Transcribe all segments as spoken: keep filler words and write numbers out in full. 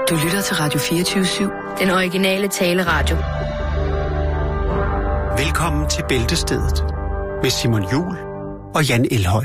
Du lytter til Radio fireogtyve syv. Den originale taleradio. Velkommen til Bæltestedet med Simon Juhl og Jan Elhøj.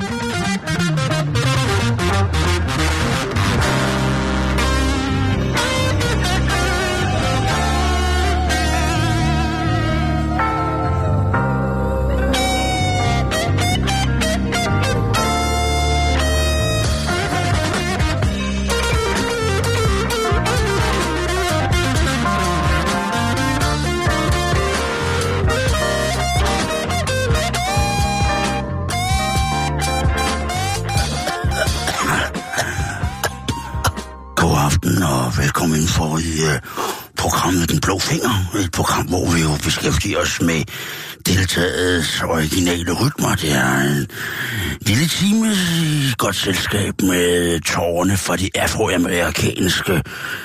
Og velkommen for i uh, programmet Den Blå Finger. Et program, hvor vi jo beskæftiger os med deltagets originale rytmer. Det er en lille time i godt selskab med tårerne fra de afroamerikanske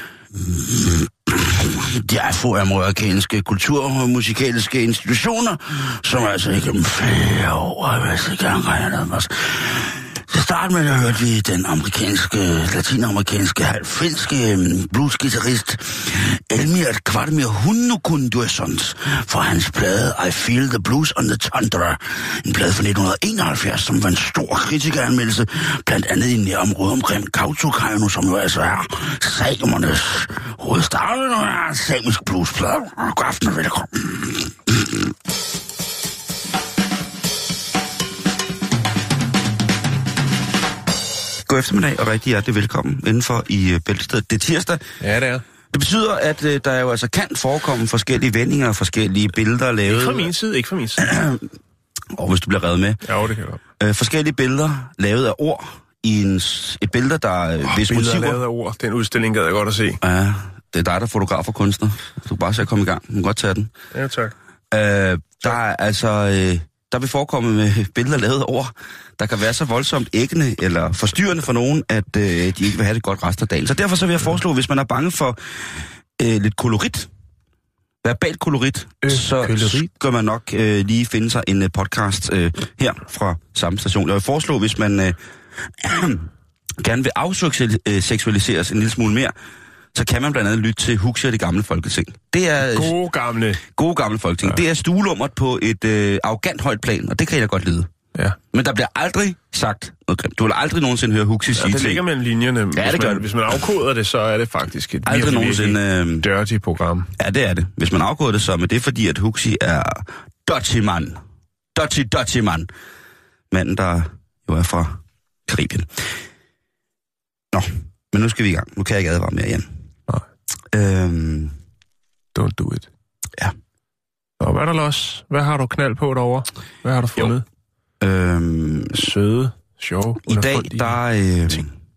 de afroamerikanske kultur- og musikalske institutioner, som altså igennem flere år har været i gang. Til start med, der hørte vi den amerikanske, latinamerikanske, halvfinske bluesgitarrist Elmir Kvarmir Hunnukundursons fra hans plade I Feel the Blues on the Tundra. En plade fra nitten enoghalvfjerds, som var en stor kritikeranmeldelse, blandt andet i nærområdet omkring Kautokeino, som jo altså er samernes hovedstad, og er en samisk bluesplade. God aften og velkommen. God eftermiddag og rigtig hjertelig velkommen indenfor i uh, Bæltestedet. Det er tirsdag. Ja, det er. Det betyder, at uh, der jo altså kan forekomme forskellige vendinger og forskellige billeder lavet. Ikke fra min side, ikke fra min side. Og hvis du bliver revet med. Ja, det kan du. Uh, forskellige billeder lavet af ord i en, et billeder, der uh, oh, hvis billeder motiver... lavet af ord. Den udstilling gad jeg godt at se. Ja, det er dig, der fotograf og kunstner. Du kan bare se at komme i gang. Du kan godt tage den. Ja, tak. Uh, der er altså... Uh, der vil forekomme med billeder lavet af ord, der kan være så voldsomt æggende eller forstyrrende for nogen, at øh, de ikke vil have det godt resten af dagen. Så derfor så vil jeg foreslå, hvis man er bange for øh, lidt kolorit, verbal kolorit, øh, så kolorit. Skal man nok øh, lige finde sig en øh, podcast øh, her fra samme station. Jeg vil foreslå, hvis man øh, gerne vil afseksualiseres en lille smule mere, så kan man blandt andet lytte til Huxi og Det Gamle Folketing. Det er gode gamle. Gode gamle Folketing. Ja. Det er stuelummert på et øh, arrogant højt plan, og det kan jeg da godt lide. Ja. Men der bliver aldrig sagt noget grimt. Du vil aldrig nogensinde høre Huxi sige ting. Ja, det ligger mellem linjerne. Ja, det hvis, gør man, hvis man afkoder det, så er det faktisk et aldrig nogensinde øh... dirty program. Ja, det er det. Hvis man afkoder det så, men det er fordi, at Huxi er dodgy mand. Dodgy, dodgy mand. Manden, der jo er fra Karibien. Nå, men nu skal vi i gang. Nu kan jeg ikke advare mere, Jan. Øhm, Don't do it. Ja. Og hvad er der los? Hvad har du knald på derovre? Hvad har du fundet? Øhm, Søde, sjove, i dag, der, øh,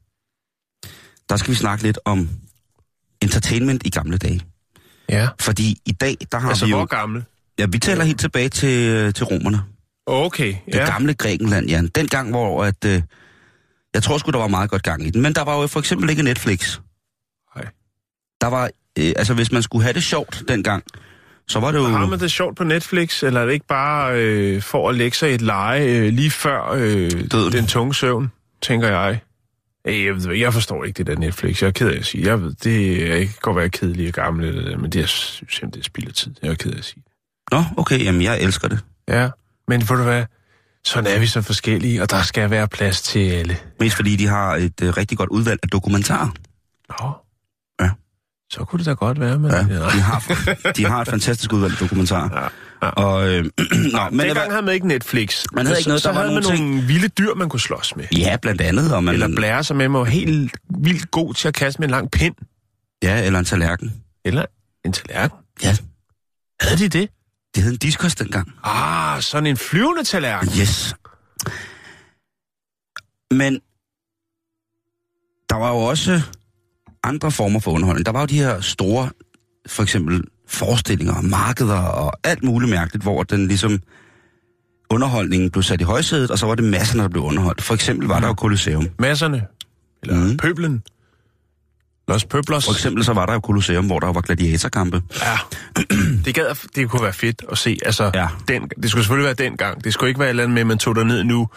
der skal vi snakke lidt om entertainment i gamle dage. Ja. Fordi i dag, der har altså, vi jo... hvor gamle? Ja, vi taler helt tilbage til, til romerne. Okay, ja. Det gamle Grækenland, Jan. Den gang, hvor at... Øh, jeg tror sgu, der var meget godt gang i den. Men der var jo for eksempel ikke Netflix. Nej. Der var, øh, altså hvis man skulle have det sjovt dengang, så var det jo... Har man det sjovt på Netflix, eller er det ikke bare øh, for at lægge sig i et leje øh, lige før øh, den tunge søvn, tænker jeg? Øh, jeg, ved, jeg forstår ikke det der Netflix, jeg er ked af at sige. Jeg ved, det er ikke godt være kedelig og gamle, men det er simpelthen det spild af tid. Jeg er ked af at sige. Nå, okay, jamen jeg elsker det. Ja, men ved du hvad? Sådan er vi så forskellige, og der skal være plads til alle. Mest fordi de har et øh, rigtig godt udvalg af dokumentarer. Nå. Ja. Så kunne det da godt være, men... Ja, de har, de har et fantastisk udvalg af dokumentarer. Ja, ja. Og, øh, nå, men dengang havde man ikke Netflix. Man havde ikke noget, så der var havde man nogle nogle vilde dyr, man kunne slås med. Ja, blandt andet. Og man... Eller blære sig med, man var helt vildt god til at kaste med en lang pind. Ja, eller en tallerken. Eller en tallerken? Ja. Havde de det? Det hed en diskus dengang. Ah, sådan en flyvende tallerken. Yes. Men der var jo også andre former for underholdning. Der var jo de her store, for eksempel forestillinger, markeder og alt muligt mærkeligt, hvor den ligesom underholdningen blev sat i højsædet, og så var det masserne, der blev underholdt. For eksempel var der jo Colosseum. Masserne? Eller mm. pøblen? Los Pøblers. For eksempel så var der jo Colosseum, hvor der var gladiatorkampe. Ja, det, gad, det kunne være fedt at se. Altså, ja. den, det skulle selvfølgelig være dengang. Det skulle ikke være et eller andet med, at man tog derned nu,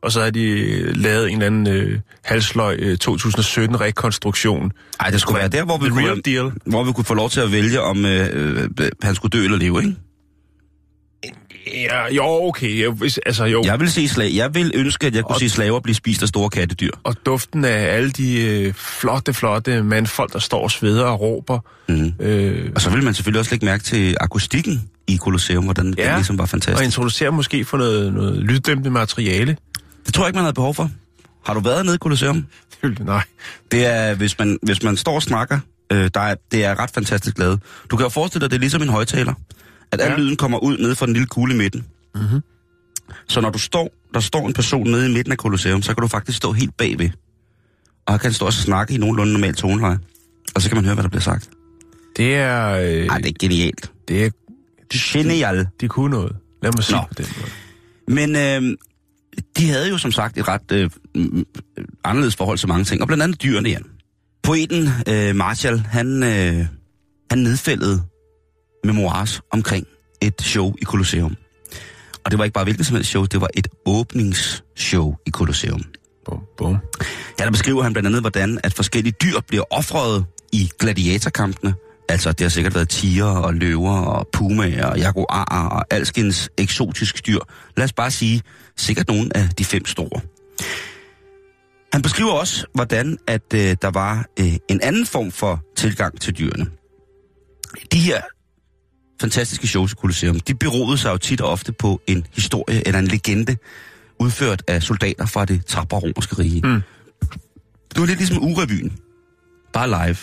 og så har de lavet en eller anden øh, halsløg øh, to tusind sytten rekonstruktion. Nej, det skulle være der, hvor vi, kunne, deal. hvor vi kunne få lov til at vælge, om øh, øh, han skulle dø eller leve, ikke? Ja, jo, okay. Jeg, altså, jo. Jeg vil se slag. Jeg vil ønske, at jeg kunne og, se slaver blive spist af store kattedyr. Og duften af alle de øh, flotte, flotte mandfolk, der står og sveder og råber. Mm. Øh, og så vil man selvfølgelig også lægge mærke til akustikken i Colosseum, hvordan ja, det ligesom var fantastisk. Og introducere måske for noget, noget lyddæmpende materiale. Det tror jeg ikke, man havde behov for. Har du været nede i Colosseum? Nej. Det er, hvis man, hvis man står og snakker, øh, der er, det er ret fantastisk lavet. Du kan jo forestille dig, det er ligesom en højtaler. At al ja. lyden kommer ud nede fra den lille kugle i midten. Mm-hmm. Så når du står, der står en person nede i midten af Colosseum, så kan du faktisk stå helt bagved. Og han kan stå og snakke i nogenlunde normalt toneleje. Og så kan man høre, hvad der bliver sagt. Det er... Øh, Ej, det er genialt. Det er... Genial. De, de kunne noget. Lad mig sige Nå. på den måde. Men øh, de havde jo som sagt et ret øh, anderledes forhold til mange ting. Og blandt andet dyrene, Jan. Poeten øh, Marshall, han, øh, han nedfældede memoirs omkring et show i Colosseum. Og det var ikke bare hvilket som helst show, det var et åbningsshow i Colosseum. Bum, bum. Ja, der beskriver han blandt andet, hvordan at forskellige dyr bliver ofret i gladiatorkampene. Altså, det har sikkert været tiger og løver og pumaer og jaguarer og alskens eksotisk dyr. Lad os bare sige, sikkert nogle af de fem store. Han beskriver også, hvordan at øh, der var øh, en anden form for tilgang til dyrene. De her fantastiske shows i Colosseum, de beroede sig jo tit og ofte på en historie eller en legende, udført af soldater fra det tapre romerske rige. Mm. Det var lidt ligesom urevyen, bare live.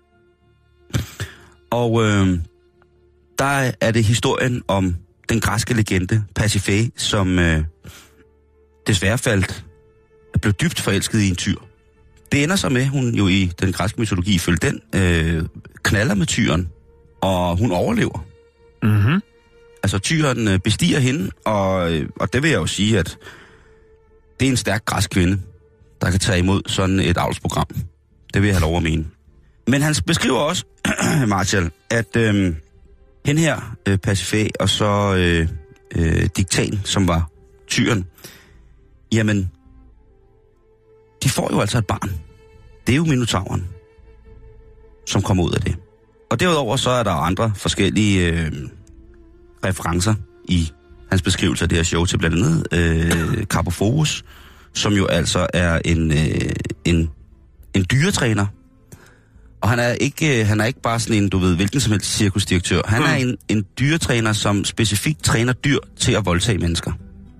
Og øh, der er det historien om den græske legende Pasiphae, som øh, desværre faldt, blev dybt forelsket i en tyr. Det ender så med, hun jo i den græske mytologi ifølge den, øh, knaller med tyren, og hun overlever. Mhm. Altså, tyren bestiger hende, og, og det vil jeg jo sige, at det er en stærk græsk kvinde, der kan tage imod sådan et avlsprogram. Det vil jeg have lov at mene. Men han beskriver også, Marshall, at øh, hende her, øh, Pasiphae, og så øh, øh, Diktan, som var tyren, jamen, de får jo altså et barn. Det er jo minotauren, som kommer ud af det. Og derudover så er der andre forskellige øh, referencer i hans beskrivelse af det her show til blandt andet øh, Carpophorus, som jo altså er en, øh, en, en dyretræner. Og han er, ikke, han er ikke bare sådan en, du ved, hvilken som helst cirkusdirektør. Han er en, en dyretræner, som specifikt træner dyr til at voldtage mennesker.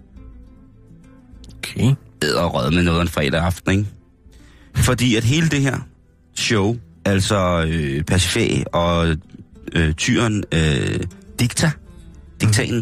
Okay. Æder og rød med noget en fredag aften, ikke? Fordi at hele det her show, altså øh, Pasiphae og øh, tyren øh, Dikta, Diktanen, mm.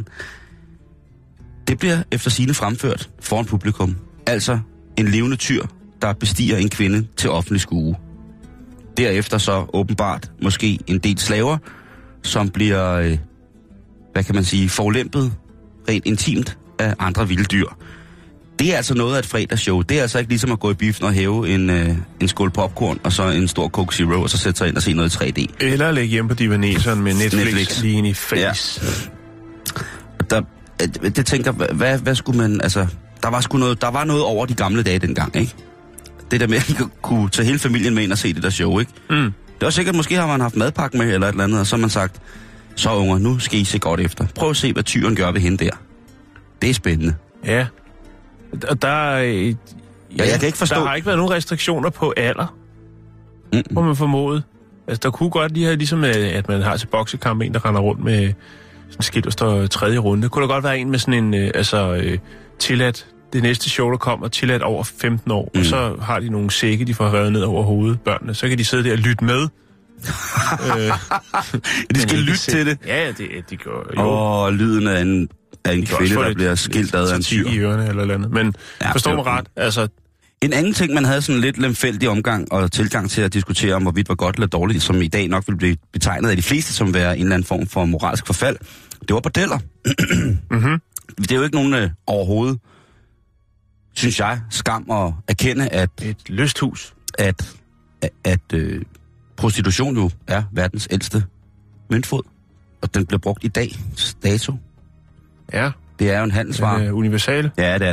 det bliver efter sigende fremført foran publikum. Altså en levende tyr, der bestiger en kvinde til offentlig skue. Derefter så åbenbart måske en del slaver, som bliver, øh, hvad kan man sige, forulempet rent intimt af andre vilde dyr. Det er altså noget af et fredagsshow. Det er altså ikke ligesom at gå i biffen og hæve en, øh, en skål popcorn, og så en stor Coke Zero, og så sætte sig ind og se noget i tre D. Eller lægge hjem på divaneseren med Netflix, Netflix. Lige ind i face. Ja. Der, det tænker, hvad, hvad skulle man, altså, der var sgu noget, der var noget over de gamle dage dengang, ikke? Det der med, at man kunne tage hele familien med ind og se det der show, ikke? Mm. Det var sikkert, måske har man haft madpakke med, eller et eller andet, og så har man sagt, så unger, nu skal I se godt efter. Prøv at se, hvad tyren gør ved hende der. Det er spændende. Ja. Og der, ja, ja, jeg kan ikke forstå. Der har ikke været nogen restriktioner på alder, mm. må man formode. Altså, der kunne godt lige have, ligesom at man har til boksekamp, en, der render rundt med sådan en skilt, der står tredje runde. Kunne der godt være en med sådan en, altså, øh, tilladt, det næste show, der kommer, tilladt over femten år, mm. og så har de nogle sække, de får revet ned over hovedet, børnene. Så kan de sidde der og lytte med. øh, de skal lytte se. til det. Ja, det, det gør jo. Og lyden af en, af en kvinde, der bliver skilt ad af en tyr. i ørerne eller andet. Men ja, forstår mig ret, altså. En anden ting, man havde sådan lidt lemfældig omgang og tilgang til at diskutere om, hvorvidt var godt eller dårligt, som i dag nok vil blive betegnet af de fleste som være en eller anden form for moralsk forfald, det var bordeller. mm-hmm. Det er jo ikke nogen øh, overhovedet, synes jeg, skam at erkende, at et lysthus, at, at, at øh, prostitution jo er verdens ældste møntfod, og den bliver brugt i dag, dato. Ja. Det er jo en handelsvare. Den er universale. Ja, det er det.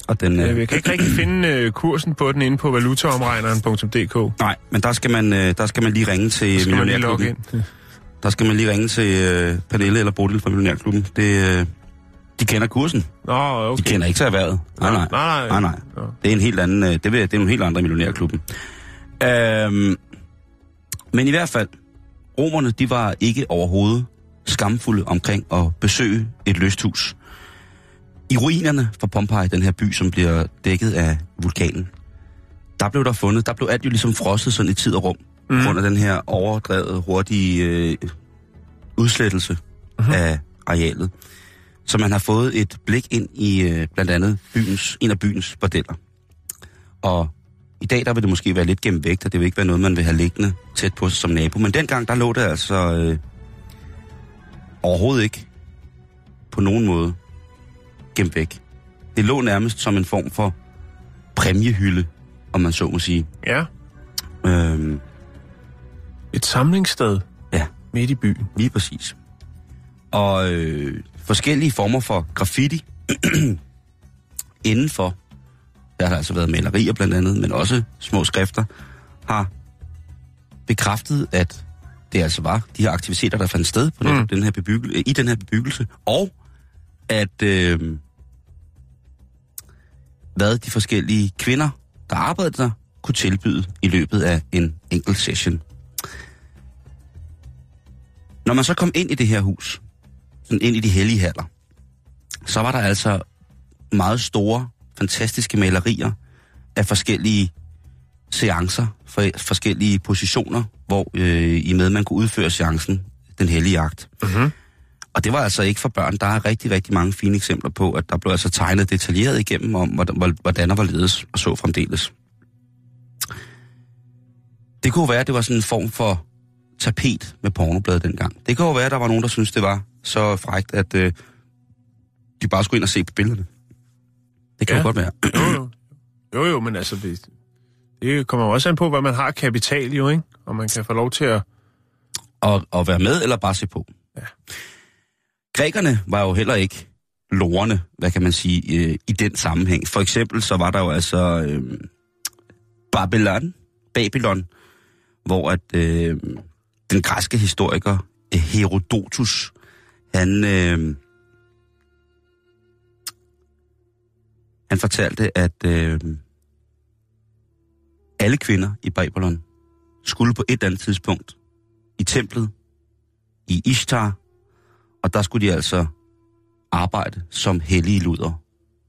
Og den, øh... Jeg kan ikke rigtig finde øh, kursen på den inde på valutaomregneren punktum d k. Nej, men der skal man, øh, der skal man lige ringe til Millionærklubben. Der skal man lige ringe til øh, Pernille eller Bodil fra Millionærklubben. Det, øh, de kender kursen. Nå, okay. De kender ikke til erhvervet. Nej, nej. Nej, nej. nej, nej. Det er en helt anden, øh, det, det er nogle helt andre i Millionærklubben. Øhm, men i hvert fald, romerne, de var ikke overhovedet skamfulde omkring at besøge et lysthus. I ruinerne fra Pompeji, den her by, som bliver dækket af vulkanen, der blev der fundet, der blev alt jo ligesom frosset sådan i tid og rum, mm. på grund af den her overdrevet hurtige øh, udslettelse mm-hmm. af arealet. Så man har fået et blik ind i øh, blandt andet byens, en af byens bordeller. Og i dag, der vil det måske være lidt gemt væk, og det vil ikke være noget, man vil have liggende tæt på sig som nabo. Men dengang, der lå det altså øh, overhovedet ikke på nogen måde gemt væk. Det lå nærmest som en form for præmiehylde, om man så må sige. Ja. Øhm, Et samlingssted. Ja. Midt i byen. Lige præcis. Og øh, forskellige former for graffiti indenfor, der har altså været malerier blandt andet, men også små skrifter, har bekræftet, at det altså var de her aktiviteter, der fandt sted på mm. den her bebyggelse, i den her bebyggelse, og at øh, hvad de forskellige kvinder, der arbejdede der, kunne tilbyde i løbet af en enkelt session. Når man så kom ind i det her hus, sådan ind i de hellige haller, så var der altså meget store, fantastiske malerier af forskellige seancer, for forskellige positioner, hvor øh, i med man kunne udføre seancen, den hellige akt. Mm-hmm. Og det var altså ikke for børn. Der er rigtig, rigtig mange fine eksempler på, at der blev altså tegnet detaljeret igennem om, hvordan og hvorledes og så fremdeles. Det kunne være, at det var sådan en form for tapet med pornoblade dengang. Det kunne jo være, at der var nogen, der syntes, det var så frækt, at øh, de bare skulle ind og se på billederne. Det kan ja. jo godt være. Jo, jo. Jo, jo, men altså, det, det kommer også an på, hvad man har kapital jo, ikke? Og man kan få lov til at... Og, og være med, eller bare se på. Ja. Grækerne var jo heller ikke lorerne, hvad kan man sige, øh, i den sammenhæng. For eksempel så var der jo altså øh, Babylon, Babylon, hvor at øh, den græske historiker øh, Herodotus, han, øh, han fortalte, at øh, alle kvinder i Babylon skulle på et eller andet tidspunkt i templet, i Ishtar, og der skulle de altså arbejde som hellige luder.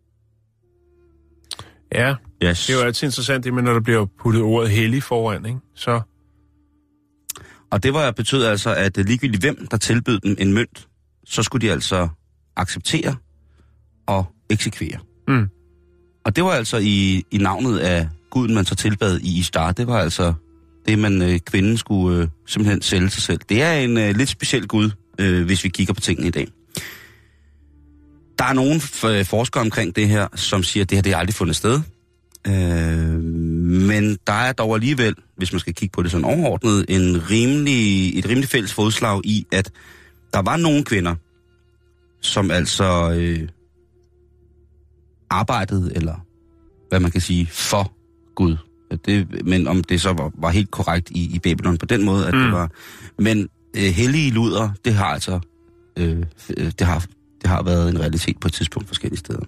Ja, yes. Det er jo altid interessant, det med, når der bliver puttet ordet hellig foran, ikke? Så... Og det var betød altså, at ligegyldigt hvem, der tilbød dem en mønt, så skulle de altså acceptere og eksekvere. Mm. Og det var altså i, i navnet af guden, man så tilbad i Ishtar. Det var altså det, man øh, kvinden skulle øh, simpelthen sælge sig selv. Det er en øh, lidt speciel gud, øh, hvis vi kigger på tingene i dag. Der er nogle f- forskere omkring det her, som siger, at det her det er aldrig fundet sted. Øh, men der er dog alligevel, hvis man skal kigge på det sådan overordnet, en rimelig, et rimelig fælles fodslag i, at der var nogle kvinder, som altså øh, arbejdede, eller hvad man kan sige, for Gud. Det, men om det så var, var helt korrekt i, i Babylon på den måde, at mm. det var... Men øh, hellige luder, det har altså... Øh, det, har, det har været en realitet på et tidspunkt forskellige steder.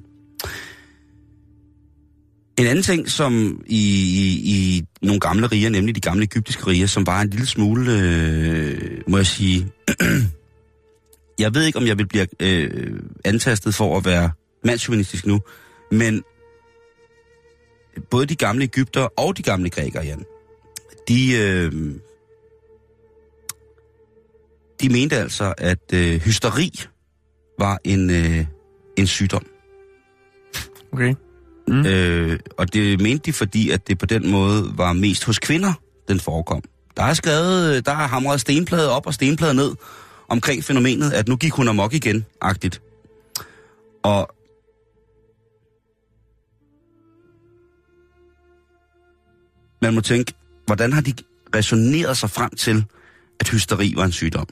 En anden ting, som i, i, i nogle gamle riger, nemlig de gamle egyptiske riger, som var en lille smule, øh, må jeg sige... jeg ved ikke, om jeg vil blive øh, antastet for at være mandsjuvenistisk nu, men både de gamle egypter og de gamle grækere, Jan, de, øh, de mente altså, at øh, hysteri var en, øh, en sygdom. Okay. Mm. Øh, og det mente de, fordi at det på den måde var mest hos kvinder, den forekom. Der er skrevet, der er hamret stenplader op og stenplader ned omkring fænomenet, at nu gik hun amok igen-agtigt. Og man må tænke, hvordan har de resoneret sig frem til, at hysteri var en sygdom?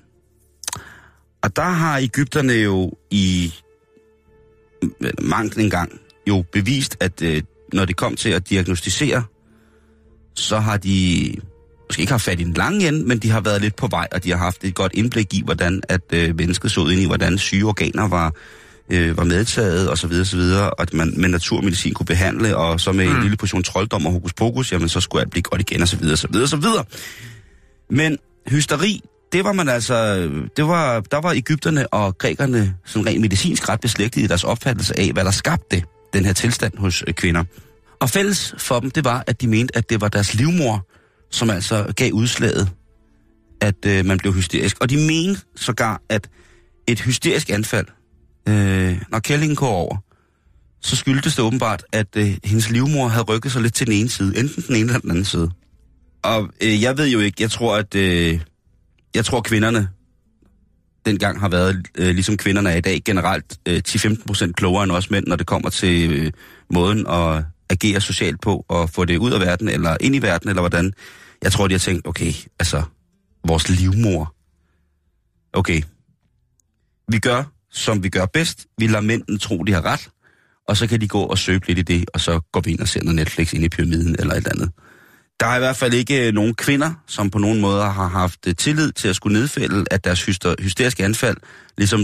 Og der har Egypterne jo i mangt en gang jo bevist, at øh, når det kom til at diagnostisere, så har de måske ikke haft fat i den lange ende, men de har været lidt på vej, og de har haft et godt indblik i, hvordan at øh, mennesket så ind i, hvordan syge organer var, øh, var medtaget, og så videre, så videre, og at man med naturmedicin kunne behandle, og så med mm. en lille portion trolddom og hokus pokus, jamen så skulle alt blive godt igen, og så videre, så videre, så videre. Men hysteri, det var man altså, det var, der var egypterne og grækerne sådan rent medicinsk ret beslægtet i deres opfattelse af, hvad der skabte den her tilstand hos øh, kvinder. Og fælles for dem, det var, at de mente, at det var deres livmor, som altså gav udslaget, at øh, man blev hysterisk. Og de mente sågar, at et hysterisk anfald, øh, når kællingen går over, så skyldtes det åbenbart, at øh, hendes livmor havde rykket sig lidt til den ene side, enten den ene eller den anden side. Og øh, jeg ved jo ikke, jeg tror, at øh, jeg tror, kvinderne dengang har været, øh, ligesom kvinderne er i dag, generelt øh, ti til femten procent klogere end os mænd, når det kommer til øh, måden at agere socialt på, og få det ud af verden, eller ind i verden, eller hvordan. Jeg tror, de har tænkt, okay, altså, vores livmor. Okay, vi gør, som vi gør bedst. Vi lader mændene tro, de har ret, og så kan de gå og søge lidt i det, og så går vi ind og ser noget Netflix ind i pyramiden, eller et eller andet. Der er i hvert fald ikke nogen kvinder, som på nogen måde har haft tillid til at skulle nedfælde, at deres hysteriske anfald ligesom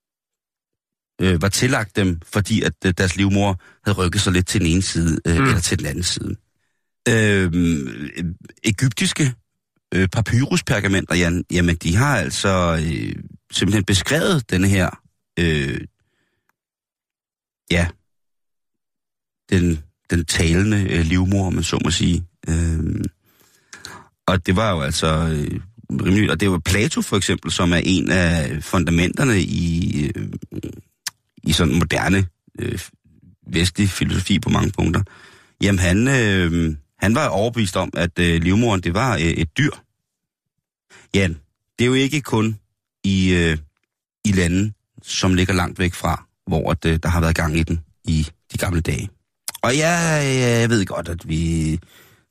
øh, var tillagt dem, fordi at øh, deres livmor havde rykket sig lidt til den ene side, øh, mm. eller til den anden side. Øh, egyptiske øh, papyruspergamenter, Jan, jamen de har altså øh, simpelthen beskrevet denne her, øh, ja, den, den talende øh, livmor, om man så må sige. Øh, og det var jo altså øh, rimelig, og det var Plato for eksempel, som er en af fundamenterne i, øh, i sådan moderne øh, vestlig filosofi på mange punkter. Jamen han, øh, han var overbevist om, at øh, livmoderen det var øh, et dyr. Ja, det er jo ikke kun i, øh, i lande, som ligger langt væk fra, hvor at, øh, der har været gang i den i de gamle dage. Og ja, jeg ved godt, at vi,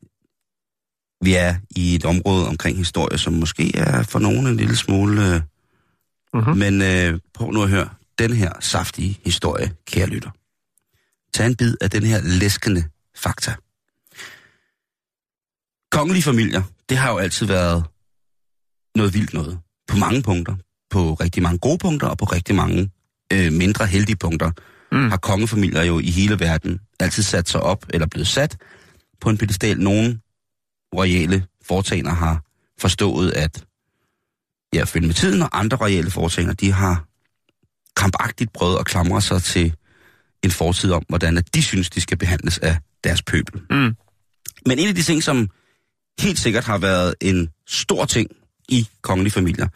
vi er i et område omkring historie, som måske er for nogen en lille smule... Øh, uh-huh. Men øh, prøv nu at høre den her saftige historie, kære lytter. Tag en bid af den her læskende fakta. Kongelige familier, det har jo altid været noget vildt noget. På mange punkter. På rigtig mange gode punkter, og på rigtig mange øh, mindre heldige punkter. Mm. Har kongefamilier jo i hele verden altid sat sig op, eller blevet sat på en pedestal. Nogle royale foretagender har forstået, at ja, følge med tiden, og andre royale foretagender, de har krampagtigt prøvet at klamre sig til en fortid om, hvordan de synes, de skal behandles af deres pøbel. Mm. Men en af de ting, som helt sikkert har været en stor ting i kongelige familier,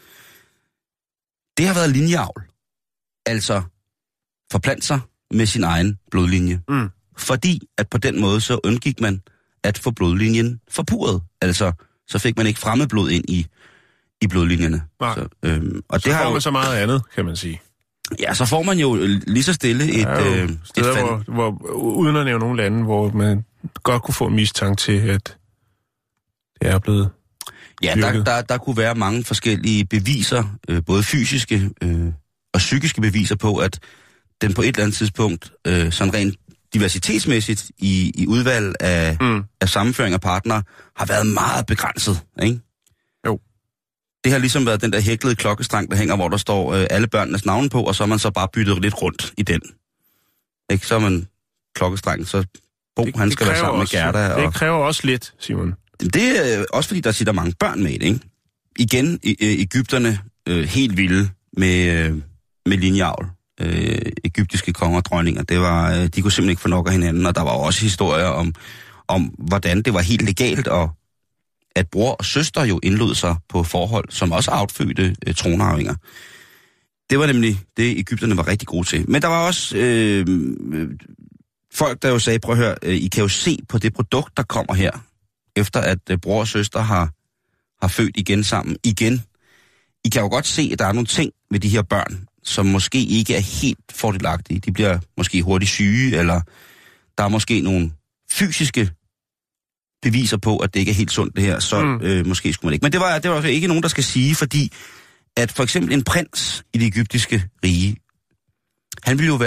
det har været linjeavl. Altså forplante sig med sin egen blodlinje. Mm. Fordi at på den måde, så undgik man at få blodlinjen forpurret. Altså, så fik man ikke fremmed blod ind i, i blodlinjerne. Så, øhm, og så det får har man jo, så meget andet, kan man sige. Ja, så får man jo lige så stille et... Øh, steder, et hvor, hvor, uden at nævne nogle lande, hvor man godt kunne få en mistanke til, at det er blevet... Ja, der, der, der kunne være mange forskellige beviser, øh, både fysiske øh, og psykiske beviser på, at den på et eller andet tidspunkt, øh, sådan rent diversitetsmæssigt i, i udvalg af, mm. af sammenføring af partnere, har været meget begrænset, ikke? Jo. Det har ligesom været den der hæklede klokkestreng, der hænger, hvor der står øh, alle børnenes navne på, og så har man så bare byttet lidt rundt i den. Ikke? Så er man klokkestrengen, så Bo, det, han skal være sammen også, med Gerda. Det og... kræver også lidt, Simon. Det er også fordi, der sitter mange børn med det, ikke? Igen, e- Egypterne øh, helt vilde med, øh, med linjeavl. Øh, egyptiske konger og dronninger, det var, øh, de kunne simpelthen ikke få nok af hinanden, og der var også historier om, om hvordan det var helt legalt, og at bror og søster jo indlod sig på forhold, som også affødte øh, tronarvinger. Det var nemlig det, Egypterne var rigtig gode til. Men der var også øh, øh, folk, der jo sagde, prøv at høre, øh, I kan jo se på det produkt, der kommer her, efter at øh, bror og søster har, har født igen sammen igen. I kan jo godt se, at der er nogle ting ved de her børn, som måske ikke er helt fordelagtige. De bliver måske hurtigt syge, eller der er måske nogle fysiske beviser på, at det ikke er helt sundt det her, så mm. øh, måske skulle man ikke. Men det var, det var ikke nogen, der skal sige, fordi at for eksempel en prins i det egyptiske rige, han ville jo være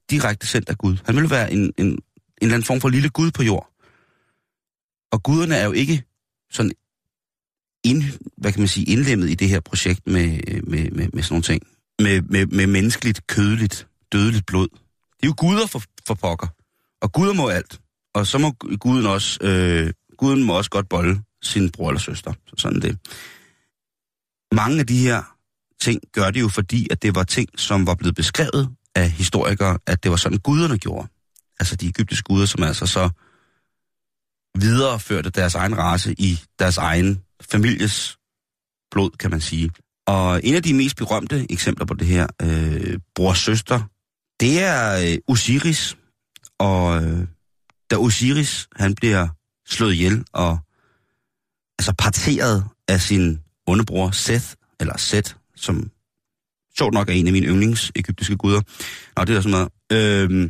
direkte sendt af Gud. Han ville være en, en, en eller anden form for lille Gud på jord. Og guderne er jo ikke sådan ind, hvad kan man sige, indlemmet i det her projekt med, med, med, med sådan nogle ting. Med, med, med menneskeligt, kødeligt, dødeligt blod. Det er jo guder for, for pokker. Og guder må alt. Og så må guden også, øh, guden må også godt bolde sin bror eller søster. Så sådan det. Mange af de her ting gør det jo fordi, at det var ting, som var blevet beskrevet af historikere, at det var sådan guderne gjorde. Altså de egyptiske guder, som altså så videreførte deres egen race i deres egen families blod, kan man sige. Og en af de mest berømte eksempler på det her, øh, bror-søster, det er øh, Osiris. Og øh, da Osiris, han bliver slået ihjel og altså parteret af sin ondebror Seth, eller Set, som sjovt nok er en af mine yndlings egyptiske guder. Nå, det er der sådan noget. Øh,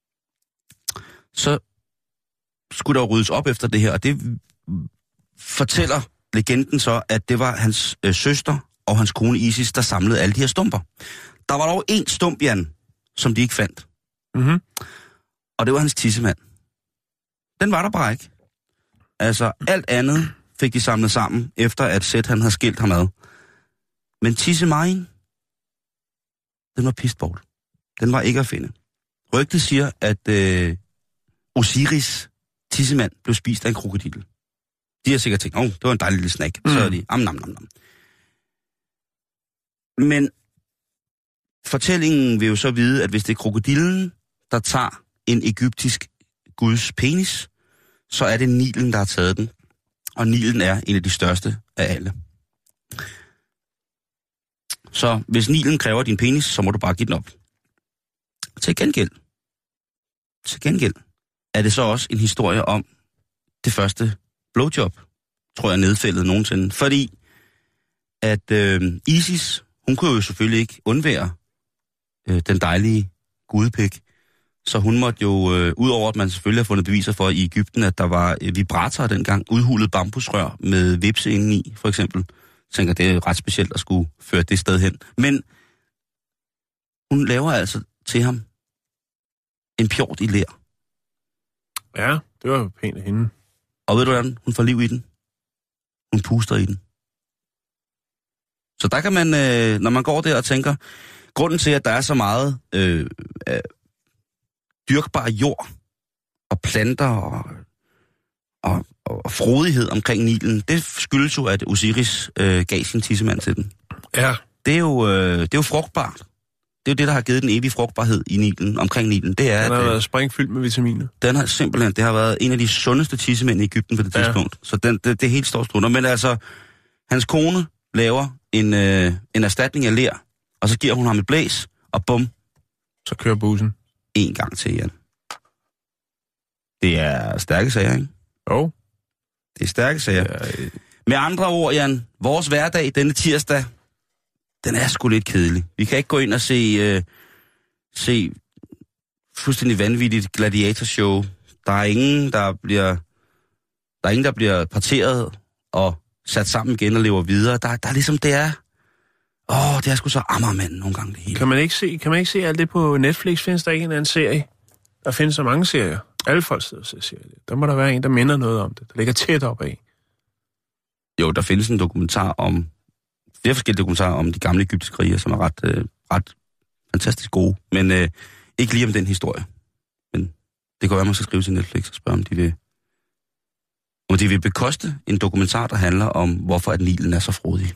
så skulle der ryddes op efter det her, og det fortæller legenden så, at det var hans øh, søster og hans kone Isis, der samlede alle de her stumper. Der var dog én stump, Jan, som de ikke fandt. Mhm. Og det var hans tissemand. Den var der bare ikke. Altså, alt andet fik de samlet sammen, efter at Seth han havde skilt ham ad. Men tissemagen, den var pistbold. Den var ikke at finde. Rygtet siger, at øh, Osiris tissemand blev spist af en krokodil. De har sikkert tænkt, åh, oh, det var en dejlig lille snack. Mm. Så er de, am, nam, nam, nam. Men fortællingen vil jo så vide, at hvis det er krokodillen, der tager en egyptisk guds penis, så er det Nilen, der har taget den. Og Nilen er en af de største af alle. Så hvis Nilen kræver din penis, så må du bare give den op. Til gengæld, til gengæld er det så også en historie om det første blowjob, tror jeg, nedfældet nogensinde. Fordi at øh, Isis, hun kunne jo selvfølgelig ikke undvære øh, den dejlige gudepik. Så hun måtte jo, øh, udover at man selvfølgelig har fundet beviser for i Egypten, at der var øh, vibratorer dengang, udhulet bambusrør med vipse indeni, for eksempel. Jeg tænker, det er ret specielt at skulle føre det sted hen. Men hun laver altså til ham en pjort i ler. Ja, det var pænt af hende. Og ved du hvordan? Hun får liv i den. Hun puster i den. Så der kan man, øh, når man går der og tænker, grunden til, at der er så meget øh, øh, dyrkbar jord og planter og, og, og frodighed omkring Nilen, det skyldes jo, at Osiris øh, gav sin tissemand til den. Ja. Det er jo, øh, det er jo frugtbart. Det er jo det, der har givet den evige frugtbarhed i Nilen, omkring Nilen. Det er, den har at, været sprængfyldt med vitaminer. Den har simpelthen, det har været en af de sundeste tissemænd i Egypten på det ja. tidspunkt. Så den, det, det er helt stort strunder. Men altså, hans kone laver en, øh, en erstatning af ler, og så giver hun ham et blæs, og bum. Så kører bussen. En gang til, Jan. Det er stærke sager, ikke? Jo. Det er stærke sager. Ja, øh... Med andre ord, Jan, vores hverdag denne tirsdag, den er sgu lidt kedelig. Vi kan ikke gå ind og se, øh, se fuldstændig vanvittigt gladiatorshow. Der er ingen, der bliver, der er ingen, der bliver parteret og sat sammen igen og lever videre. Der, der er ligesom, det er, åh, det er sgu så ammermand nogle gange det hele. Kan man ikke se, kan man ikke se alt det på Netflix? Findes der ikke en anden serie? Der findes så mange serier. Alle folk sidder og ser serier. Der må der være en, der minder noget om det. Der ligger tæt op af. Jo, der findes en dokumentar om, flere forskellige dokumentarer om de gamle egyptiske krige, som er ret, øh, ret fantastisk gode. Men øh, ikke lige om den historie. Men det kan være, man skal skrive til Netflix og spørge, om de vil, om de vil bekoste en dokumentar, der handler om, hvorfor at Nilen er så frodig.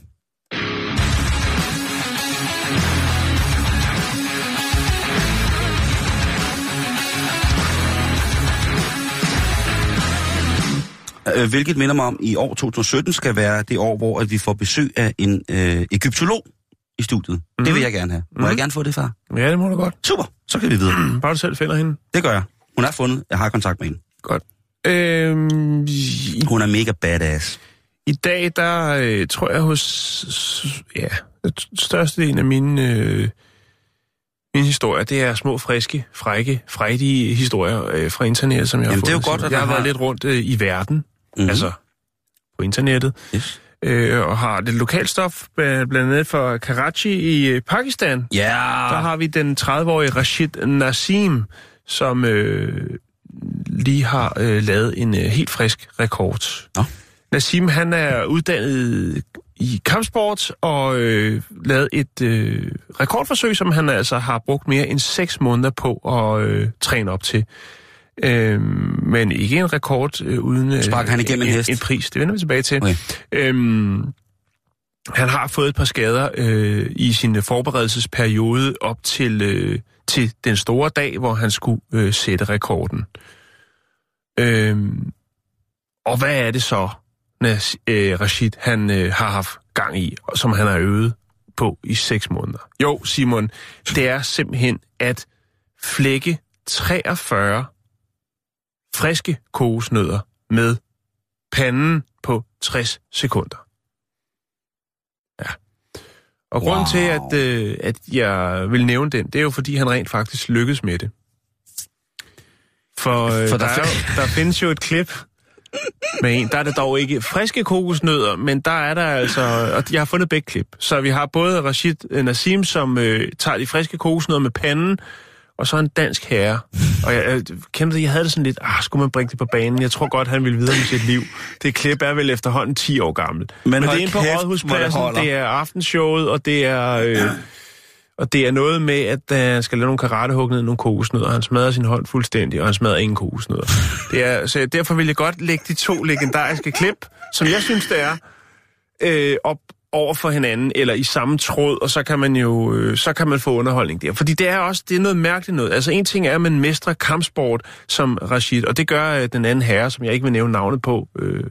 Hvilket minder mig om, i år to tusind og sytten skal være det år, hvor at vi får besøg af en øh, egyptolog i studiet. Mm-hmm. Det vil jeg gerne have. Må mm-hmm. jeg gerne få det, far? Ja, det må du godt. Super, så kan vi videre. Bare du selv finder hende. Det gør jeg. Hun er fundet. Jeg har kontakt med hende. Godt. Øhm, i, Hun er mega badass. I dag, der øh, tror jeg hos... Ja, det største en af mine... Øh, Min historie, det er små, friske, frække, frejdige historier øh, fra internettet, som jeg har Jamen, fået. Det er jo godt, at jeg har har været lidt rundt øh, i verden, mm-hmm. altså på internettet. Yes. øh, og har lidt lokalstof, blandt andet for Karachi i Pakistan. Ja! Yeah. Der har vi den tredive-årige Rashid Nassim, som øh, lige har øh, lavet en øh, helt frisk rekord. Nå. Nassim, han er uddannet i kampsport og øh, lavet et øh, rekordforsøg, som han altså har brugt mere end seks måneder på at øh, træne op til. Øh, men ikke en rekord øh, uden øh, Sparker han igennem en, en, hest? en pris. Det vender vi tilbage til. Okay. Øhm, han har fået et par skader øh, i sin forberedelsesperiode op til, øh, til den store dag, hvor han skulle øh, sætte rekorden. Øhm, og hvad er det så, når øh, Rashid han øh, har haft gang i, som han har øvet på i seks måneder? Jo, Simon, det er simpelthen at flække treogfyrre friske kokosnødder med panden på tres sekunder. Ja. Og grunden Wow. til, at, øh, at jeg vil nævne den, det er jo, fordi han rent faktisk lykkedes med det. For, øh, For der, der, er jo, der findes jo et klip med en. Der er det dog ikke friske kokosnødder, men der er der altså... Og jeg har fundet begge klip. Så vi har både Rashid Nassim, som øh, tager de friske kokosnødder med panden, og så en dansk herre. Og jeg, jeg kendte det, jeg havde det sådan lidt, ah, skulle man bringe det på banen? Jeg tror godt, han ville videre med sit liv. Det klip er vel efterhånden ti år gammelt. Men, Men det er inde på Rådhuspladsen, det, det er aftenshowet, og det er... Øh, og det er noget med, at han skal lave nogle karatehug ned i nogle kokosnødder, og han smadrer sin hånd fuldstændig, og han smadrer ingen kokosnødder. Det er, så derfor vil jeg godt lægge de to legendariske klip, som jeg synes, det er, øh, op over for hinanden, eller i samme tråd, og så kan man jo øh, så kan man få underholdning der. Fordi det er også det er noget mærkeligt noget. Altså en ting er, at man mestrer kampsport som Rashid, og det gør øh, den anden herre, som jeg ikke vil nævne navnet på, øh,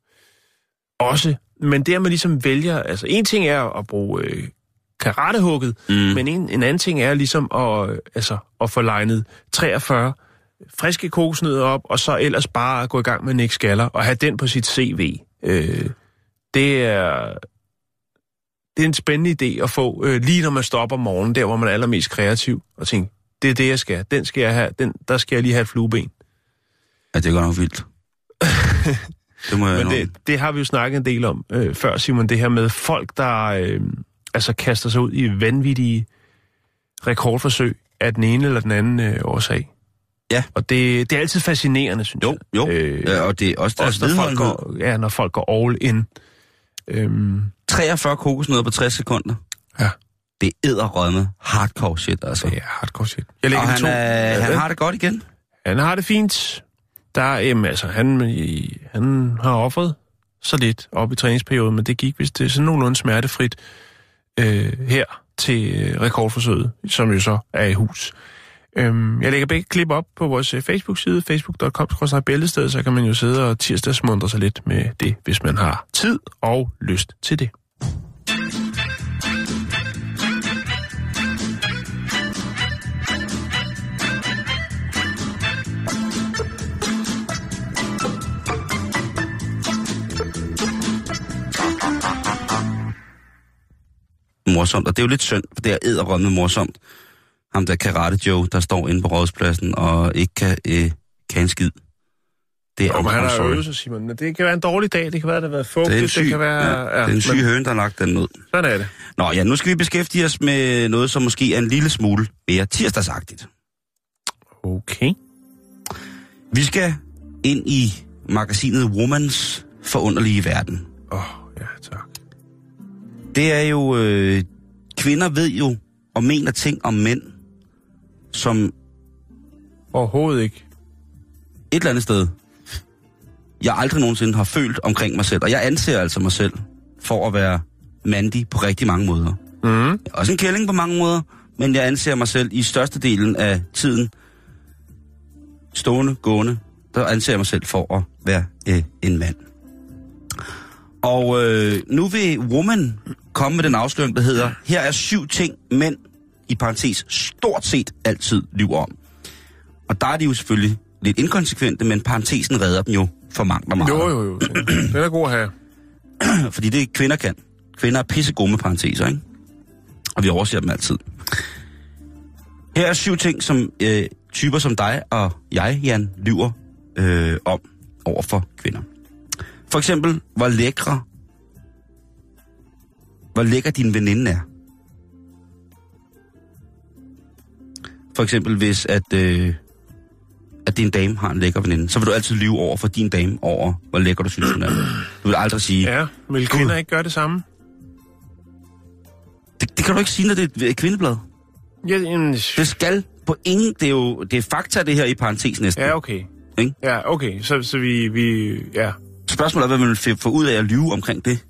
også. Men det er, man ligesom vælger, altså en ting er at bruge øh, karatehugget, mm. men en, en anden ting er ligesom at, øh, altså, at få legnet treogfyrre friske kokosnødder op, og så ellers bare gå i gang med Nick Skaller, og have den på sit C V. Øh, det er... Det er en spændende idé at få, øh, lige når man stopper om morgenen, der hvor man er allermest kreativ, og tænke, det er det, jeg skal. Den skal jeg have. Den, der skal jeg lige have et flueben. Ja, det er godt nok vildt. Det må jeg Men det, det har vi jo snakket en del om øh, før, Simon, det her med folk, der øh, altså kaster sig ud i vanvittige rekordforsøg af den ene eller den anden øh, årsag. Ja. Og det, det er altid fascinerende, synes jo, jeg. Jo, jo. Øh, ja, og det er også deres også, når folk går, ja, når folk går all in. Øhm, treogfyrre kokosnødder på tres sekunder. Ja. Det er edderrødme hardcore shit, altså. Det er hardcore shit. Jeg lægger og han, to. Er, han har det godt igen? Han har det fint. Der er, jamen, altså, han, han har offret så lidt op i træningsperioden, men det gik vist sådan nogenlunde smertefrit øh, her til øh, rekordforsøget, som jo så er i hus. Øhm, jeg lægger begge klip op på vores uh, Facebook-side, facebook punktum com skråstreg bæltestedet, så kan man jo sidde og tirsdagsmundre sig lidt med det, hvis man har tid og lyst til det. Morsomt, og det er jo lidt synd, for det er edderrømme morsomt. Ham der Karate Joe, der står inde på Rådhuspladsen og ikke kan, øh, kan en skid. Det er og han har øvet sig, Simon. Men det kan være en dårlig dag, det kan være, at det har været fugtigt, det, det kan være... Ja, ja, det er en syg men... høne, der har lagt den ud. Sådan er det. Nå ja, nu skal vi beskæftige os med noget, som måske er en lille smule mere tirsdagsagtigt. Okay. Vi skal ind i magasinet Womans forunderlige verden. Åh, oh, ja, tak. Det er jo... Øh, kvinder ved jo og mener ting om mænd, som... Overhovedet ikke. Et eller andet sted, jeg aldrig nogensinde har følt omkring mig selv. Og jeg anser altså mig selv for at være mandig på rigtig mange måder. Mm. Også en kælling på mange måder, men jeg anser mig selv i størstedelen af tiden stående, gående, der anser jeg mig selv for at være øh, en mand. Og øh, nu vil Woman komme med den afsløring, der hedder, her er syv ting, mænd, i parentes, stort set altid lyver om. Og der er de jo selvfølgelig lidt inkonsekvente, men parentesen redder dem jo for mangt og meget. Jo, jo, jo. Det er god at have. Fordi det kvinder kan. Kvinder er pissegode med parenteser, ikke? Og vi overser dem altid. Her er syv ting, som øh, typer som dig og jeg, Jan, lyver øh, om over for kvinder. For eksempel, hvor lækre hvor lækker din veninde er. For eksempel hvis, at, øh, at din dame har en lækker veninde, så vil du altid lyve over for din dame over, hvor lækker du synes, hun er. Du vil aldrig sige... Ja, vil kvinder ikke gøre det samme? Det, det kan du ikke sige, når det er et kvindeblad. Ja, jamen... Det skal på ingen... Det er jo det er fakta, det her i parentes næsten. Ja, okay. Ikke? Ja, okay. Så, så vi, vi... Ja. Spørgsmålet er, hvad man vil få ud af at lyve omkring det.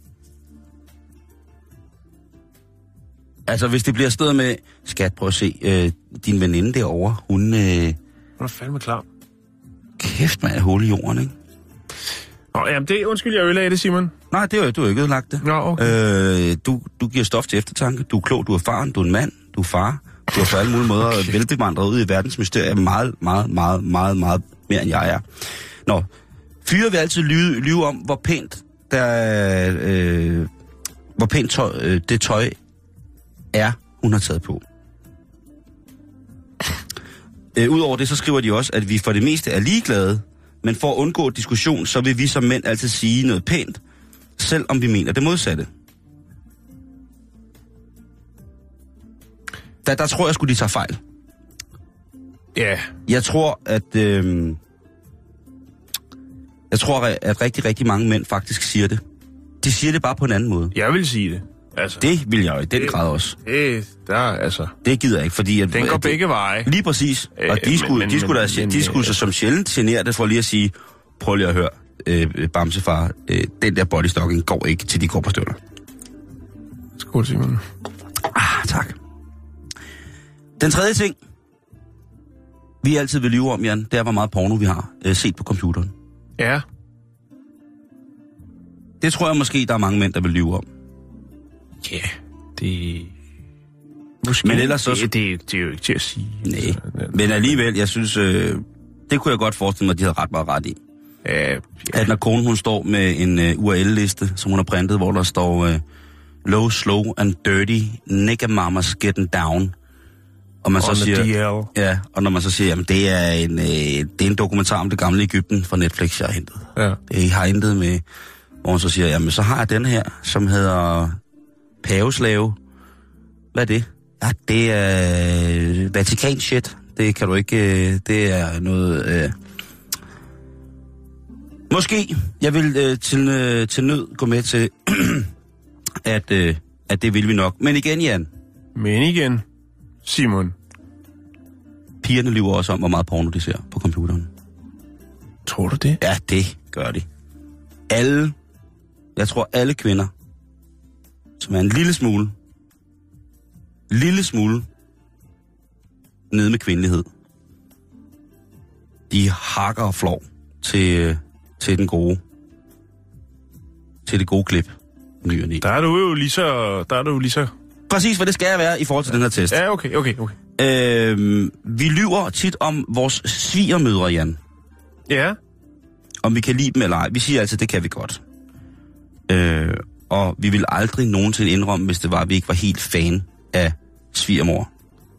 Altså, hvis det bliver stedet med, skat, prøv at se, øh, din veninde derovre, hun... Øh, hun er fandme klar. Kæft, man er hul i jorden, ikke? Nå, jamen det... Undskyld, jeg ødelagde det, Simon. Nej, det er jo, du har ikke ødelagt det. Nå, okay. Øh, du, du giver stof til eftertanke. Du er klog, du er faren, du er en mand, du er far. Du er på alle mulige måder okay. velbevandret ud i verdens mysterier. Meget, meget, meget, meget, meget mere, end jeg er. Nå, fyre vil altid lyve, lyve om, hvor pænt, der, øh, hvor pænt tøj, øh, det tøj er, hun har taget på. Øh, Udover det, så skriver de også, at vi for det meste er ligeglade, men for at undgå diskussion, så vil vi som mænd altid sige noget pænt, selvom vi mener det modsatte. Der, der tror jeg sgu, de tager fejl. Ja. Yeah. Jeg tror, at... Øh, jeg tror, at rigtig, rigtig mange mænd faktisk siger det. De siger det bare på en anden måde. Jeg vil sige det. Altså, det vil jeg jo i den det, grad også. Det, der, altså... Det gider jeg ikke, fordi... At, den går at, begge veje. Lige præcis. Øh, og de skulle, men, de skulle, men, da, men, de skulle så som sjældent genere det for lige at sige, prøv lige at høre, øh, Bamsefar, øh, den der bodystocking går ikke til de korperstøvler. Skål, Simon. Ah, tak. Den tredje ting, vi altid vil lyve om, Jan, det er, hvor meget porno vi har øh, set på computeren. Ja. Det tror jeg måske, der er mange mænd, der vil lyve om. Ja, yeah, det... Måske, men ellers så... Det, det, det er jo ikke til at sige. Nej, men alligevel, jeg synes, øh, det kunne jeg godt forestille mig, at de havde ret meget ret i. Ja, ja. At når konen, hun står med en uh, U R L-liste, som hun har printet, hvor der står uh, low, slow and dirty, nigga mamas getting down. Og man så siger, D L. Ja, og når man så siger, jamen det er en, øh, det er en dokumentar om det gamle Egypten fra Netflix, jeg har hentet. Ja. Det har hentet med, hvor man så siger, jamen så har jeg den her, som hedder Paveslave. Hvad er det? Ja, det er Vatikan shit. Det kan du ikke, øh, det er noget... Øh... Måske, jeg vil øh, til, øh, til nød gå med til, at, øh, at det vil vi nok. Men igen, Jan. Men igen, Simon. Pigerne lyver også om, hvor meget porno de ser på computeren. Tror du det? Ja, det gør de. Alle, jeg tror alle kvinder, som er en lille smule, lille smule nede med kvindelighed, de hakker og flår til, til den gode, til det gode klip. Ny og ny. Der er du jo lige så, der er du jo lige så... Præcis, hvad det skal være i forhold til den her test. Ja, okay, okay, okay. Øhm, vi lyver tit om vores svigermødre, Jan. Ja. Om vi kan lide dem eller ej. Vi siger altid, det kan vi godt. Øh, og vi vil aldrig nogensinde indrømme, hvis det var, at vi ikke var helt fan af svigermor.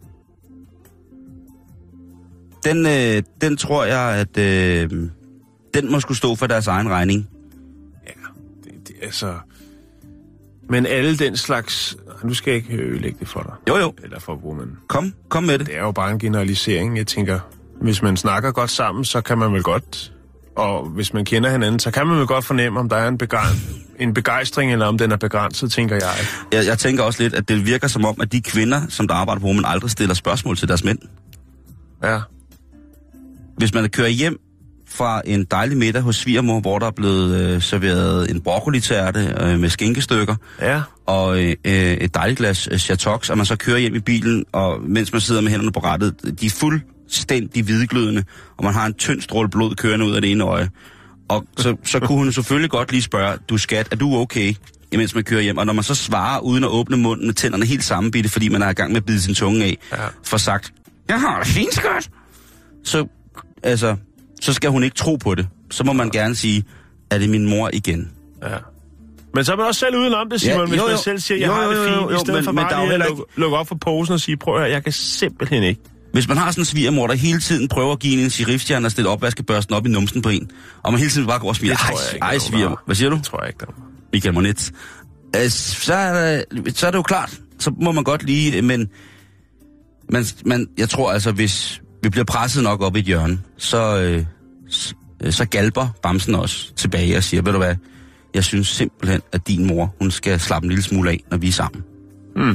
Den, øh, den tror jeg, at øh, den må skulle stå for deres egen regning. Ja, det, det altså... Men alle den slags... Nu skal jeg ikke ødelægge det for dig. Jo, jo. Eller for woman. Kom, kom med det. Det er jo bare en generalisering. Jeg tænker, hvis man snakker godt sammen, så kan man vel godt... Og hvis man kender hinanden, så kan man vel godt fornemme, om der er en, begej- en begejstring, eller om den er begrænset, tænker jeg. jeg. Jeg tænker også lidt, at det virker som om, at de kvinder, som der arbejder på woman, aldrig stiller spørgsmål til deres mænd. Ja. Hvis man kører hjem fra en dejlig middag hos svigermor, hvor der er blevet øh, serveret en broccolitærte øh, med skinkestykker, ja. og øh, et dejligt glas øh, Chatox, og man så kører hjem i bilen, og mens man sidder med hænderne på rattet, de er fuldstændig hvidglødende, og man har en tynd stråle blod kørende ud af det ene øje. Og så, så kunne hun selvfølgelig godt lige spørge, du skat, er du okay, imens man kører hjem? Og når man så svarer, uden at åbne munden med tænderne helt sammenbitte, fordi man er i gang med at bide sin tunge af, ja. for sagt, jeg har det fint, skat, så, altså... så skal hun ikke tro på det. Så må man ja. gerne sige, er det min mor igen? Ja. Men så er man også selv udenom det, Simon, ja, jo, hvis man jo. selv siger, jeg jo, jo, jo, har det fint, jo, jo, i stedet men, for bare lige at lukke, lukke op for posen og sige, prøv at høre, jeg kan simpelthen ikke. Hvis man har sådan en svigermor, der hele tiden prøver at give en en sheriffstjerne og stille opvaskebørsten op i numsen på en, og man hele tiden bare går og smiler, ej, ej svigermor, hvad siger du? Det tror jeg ikke, der Michael Monitz. så, er det, så er det jo klart, så må man godt lige, men man, man, jeg tror altså, hvis vi bliver presset nok op i et hjørne, så, øh, så, så galper bamsen også tilbage og siger, ved du hvad, jeg synes simpelthen, at din mor, hun skal slappe en lille smule af, når vi er sammen. Mm.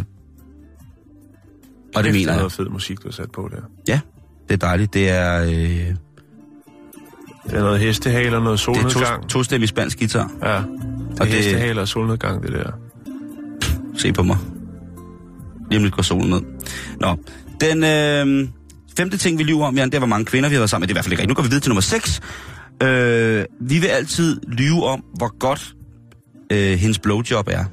Og det, det mener jeg. Det er noget fed musik, du har sat på der. Ja, det er dejligt. Det er... Øh, det er noget hestehale og noget solnedgang. Det er to, tostemmig spansk guitar. Ja, det er og hestehale og solnedgang, det der. Se på mig. Lige om lidt går solen ned. Nå, den øh, femte ting, vi lyver om, Jan, det er, hvor mange kvinder vi har været sammen med. Det er i hvert fald ikke rigtigt. Nu går vi videre til nummer seks. Øh, vi vil altid lyve om, hvor godt øh, hendes blowjob er.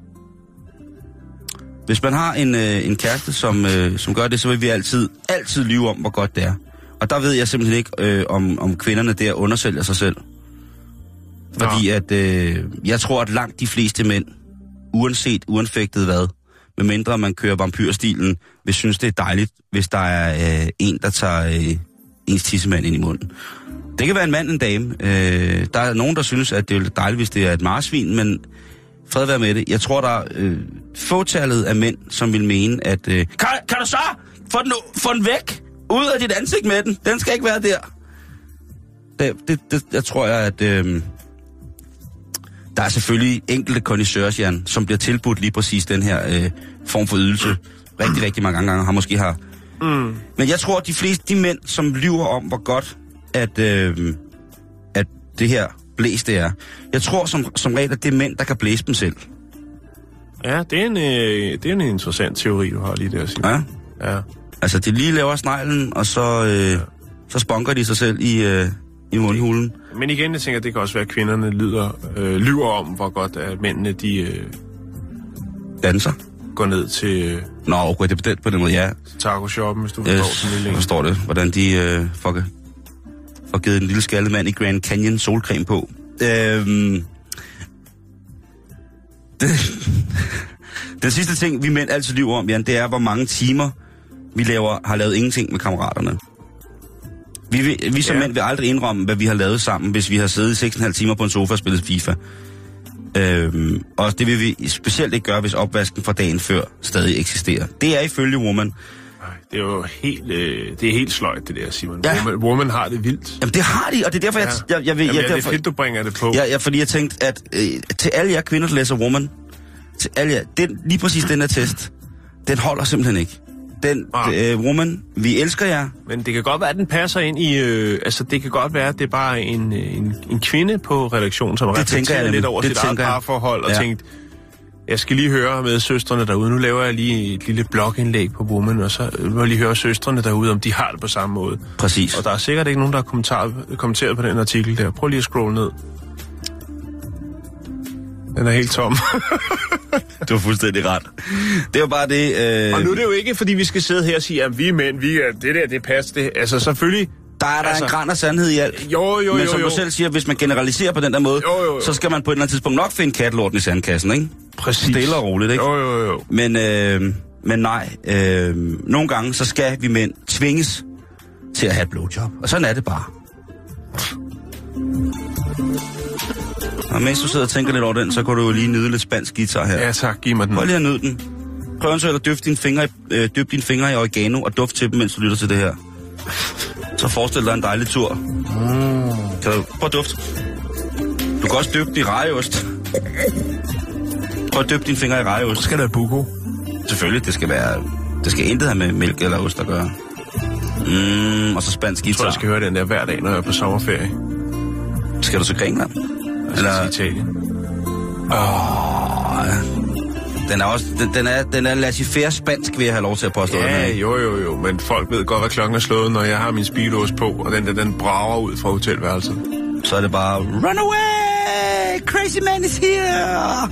Hvis man har en, øh, en kæreste, som, øh, som gør det, så vil vi altid, altid lyve om, hvor godt det er. Og der ved jeg simpelthen ikke, øh, om, om kvinderne der undersælger sig selv. Fordi ja. at øh, jeg tror, at langt de fleste mænd, uanset uanfægtet hvad, medmindre man kører vampyrstilen, vil synes, det er dejligt, hvis der er øh, en, der tager øh, ens tissemand ind i munden. Det kan være en mand, en dame. Øh, der er nogen, der synes, at det er dejligt, hvis det er et marsvin, men fred være med det. Jeg tror, der er øh, fåtallet af mænd, som vil mene, at øh, kan, kan du så få den, få den væk ud af dit ansigt med den? Den skal ikke være der. Det, det, det jeg tror jeg, at øh, der er selvfølgelig enkelte connoisseurs, Jan, som bliver tilbudt lige præcis den her øh, form for ydelse. Rigtig, rigtig mange gange har måske har. Mm. Men jeg tror, at de fleste de mænd, som lyver om, hvor godt at, øh, at det her blæs det er. Jeg tror som, som regel, at det er mænd, der kan blæse dem selv. Ja, det er en, øh, det er en interessant teori, du har lige der at sige. Ja. Ja. Altså, de lige laver sneglen, og så, øh, ja. så sponker de sig selv i, øh, i mundhulen. Men igen, jeg tænker, det kan også være, at kvinderne lyder, øh, lyver om, hvor godt at mændene, de... Øh, danser. Går ned til... Øh, Nå, okay, det er på den måde, ja. Taco-shoppen, hvis du forstår yes, sådan lidt jeg forstår det. Hvordan de øh, får, får givet en lille skaldet mand i Grand Canyon solcreme på. Øhm, det, den sidste ting, vi mænd altid lyver om, Jan, det er, hvor mange timer vi laver, har lavet ingenting med kammeraterne. Vi, vi, vi som ja. mænd vil aldrig indrømme, hvad vi har lavet sammen, hvis vi har siddet i seks og en halv timer på en sofa og spillet FIFA. Øhm, og det vil vi specielt ikke gøre, hvis opvasken fra dagen før stadig eksisterer. Det er ifølge Woman. Nej, det er jo helt, øh, det er helt sløjt, det der, Simon. Ja. Woman, woman har det vildt. Jamen, det har de, og det er derfor, ja. jeg... jeg, jeg, vil, Jamen, jeg ja, derfor, det er fedt, du bringer det på. Ja, ja, fordi jeg tænkte, at øh, til alle jer kvinder, der læser Woman, til alle jer, den, lige præcis den her test, den holder simpelthen ikke. Den, ah. øh, Woman, vi elsker jer. Men det kan godt være, at den passer ind i... Øh, altså, det kan godt være, at det er bare en, en, en kvinde på redaktionen, som reflekterer lidt over det sit eget parforhold, og ja. tænkt, jeg skal lige høre med søstrene derude. Nu laver jeg lige et lille blogindlæg på Woman, og så vil jeg lige høre søstrene derude, om de har det på samme måde. Præcis. Og der er sikkert ikke nogen, der har kommenteret på den artikel der. Prøv lige at scrolle ned. Den er helt tom. Du har fuldstændig ret. Det er jo bare det... Øh... Og nu er det jo ikke, fordi vi skal sidde her og sige, at vi er mænd, vi er, det der, det passer det. Altså selvfølgelig... Der er der altså, en gran af sandhed i alt. Jo, jo, Men som jo, jo. du selv siger, hvis man generaliserer på den der måde, jo, jo, jo. så skal man på et eller andet tidspunkt nok finde kattelorten i sandkassen, ikke? Præcis. Stille og roligt, ikke? Jo, jo, jo. Men, øh, men nej, øh, nogle gange, så skal vi mænd tvinges til at have et blowjob. Og sådan er det bare. Og mens du sidder og tænker lidt over den, så kan du jo lige nyde lidt spansk guitar her. Ja tak, giv mig den. Prøv lige at nyde den. Prøv så at døfte dine fingre, øh, døb dine fingre i oregano og duft til dem, mens du lytter til det her. Så forestil dig en dejlig tur. Mm. Kan du prøv at dufte. Du kan også døbe i rejeost. Prøv at døbe dine fingre i rejeost. Så skal der buko. Selvfølgelig, det skal være... Det skal intet have med mælk eller ost at gøre. Mm, og så spansk guitar. Jeg tror, jeg skal høre den der hver dag, når jeg er på sommerferie. Skal du til Grækenland? Eller til Italien. Åh... Den er også, den, den er, den er laissez-faire spansk, vil jeg have lov til at påstå. Ja, jo, jo, jo, men folk ved godt, hvad klokken er slået, når jeg har min speedos på, og den der, den brager ud fra hotelværelset. Så er det bare, run away, crazy man is here!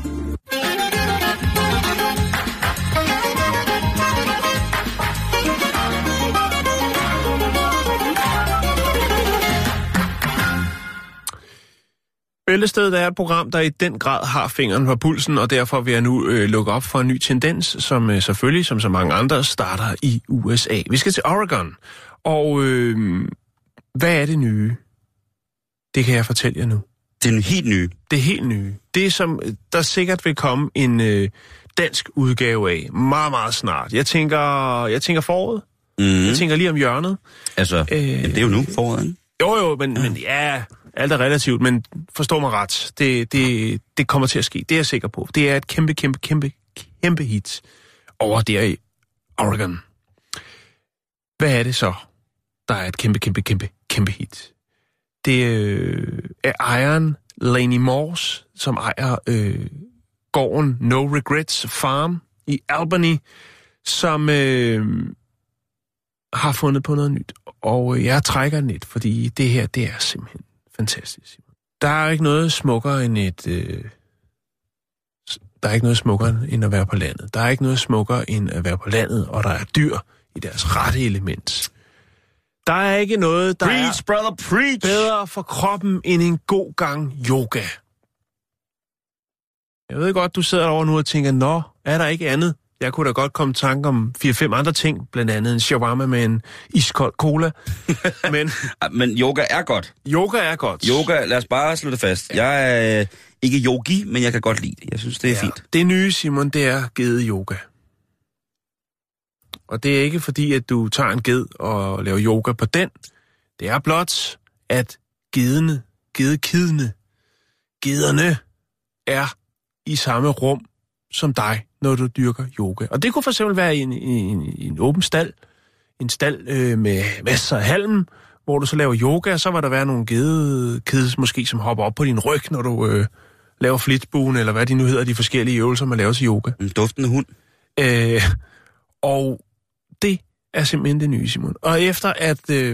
Bæltestedet er et program, der i den grad har fingeren på pulsen, og derfor vil jeg nu øh, lukke op for en ny tendens, som øh, selvfølgelig, som så mange andre, starter i U S A. Vi skal til Oregon, og øh, hvad er det nye? Det kan jeg fortælle jer nu. Det er helt nye. Det er helt nye. Det er som, der sikkert vil komme en øh, dansk udgave af meget, meget snart. Jeg tænker, jeg tænker foråret. Mm. Jeg tænker lige om hjørnet. Altså, øh, det er jo nu foråret, ikke? Jo, jo, men ja, men, ja alt er relativt, men forstå mig ret. Det, det, det kommer til at ske, det er jeg sikker på. Det er et kæmpe, kæmpe, kæmpe, kæmpe hit over der i Oregon. Hvad er det så, der er et kæmpe, kæmpe, kæmpe, kæmpe hit? Det øh, er ejeren Laney Morse, som ejer øh, gården No Regrets Farm i Albany, som øh, har fundet på noget nyt. Og jeg trækker net, fordi det her, det er simpelthen fantastisk. Der er ikke noget smukkere end et... Øh, der er ikke noget smukkere end at være på landet. Der er ikke noget smukkere end at være på landet, og der er dyr i deres rette element. Der er ikke noget, der preach, er brother, preach. bedre for kroppen end en god gang yoga. Jeg ved godt, du sidder over nu og tænker, nå, er der ikke andet? Jeg kunne da godt komme i tanke om fire-fem andre ting, blandt andet en shawarma med en iskold cola. Men, men yoga er godt. Yoga er godt. Yoga, lad os bare slå det fast. Ja. Jeg er øh, ikke yogi, men jeg kan godt lide det. Jeg synes, det er ja. fint. Det nye, Simon, det er gede yoga. Og det er ikke fordi, at du tager en ged og laver yoga på den. Det er blot, at gedene, gedekidene, gederne er i samme rum som dig, når du dyrker yoga. Og det kunne for eksempel være i en, en, en åben stald, en stald øh, med masser af halm, hvor du så laver yoga, og så vil der være nogle gedekids måske, som hopper op på din ryg, når du øh, laver flitsbuen, eller hvad de nu hedder, de forskellige øvelser, man laver til yoga. En duftende hund. Øh, og det er simpelthen det nye, Simon. Og efter at øh,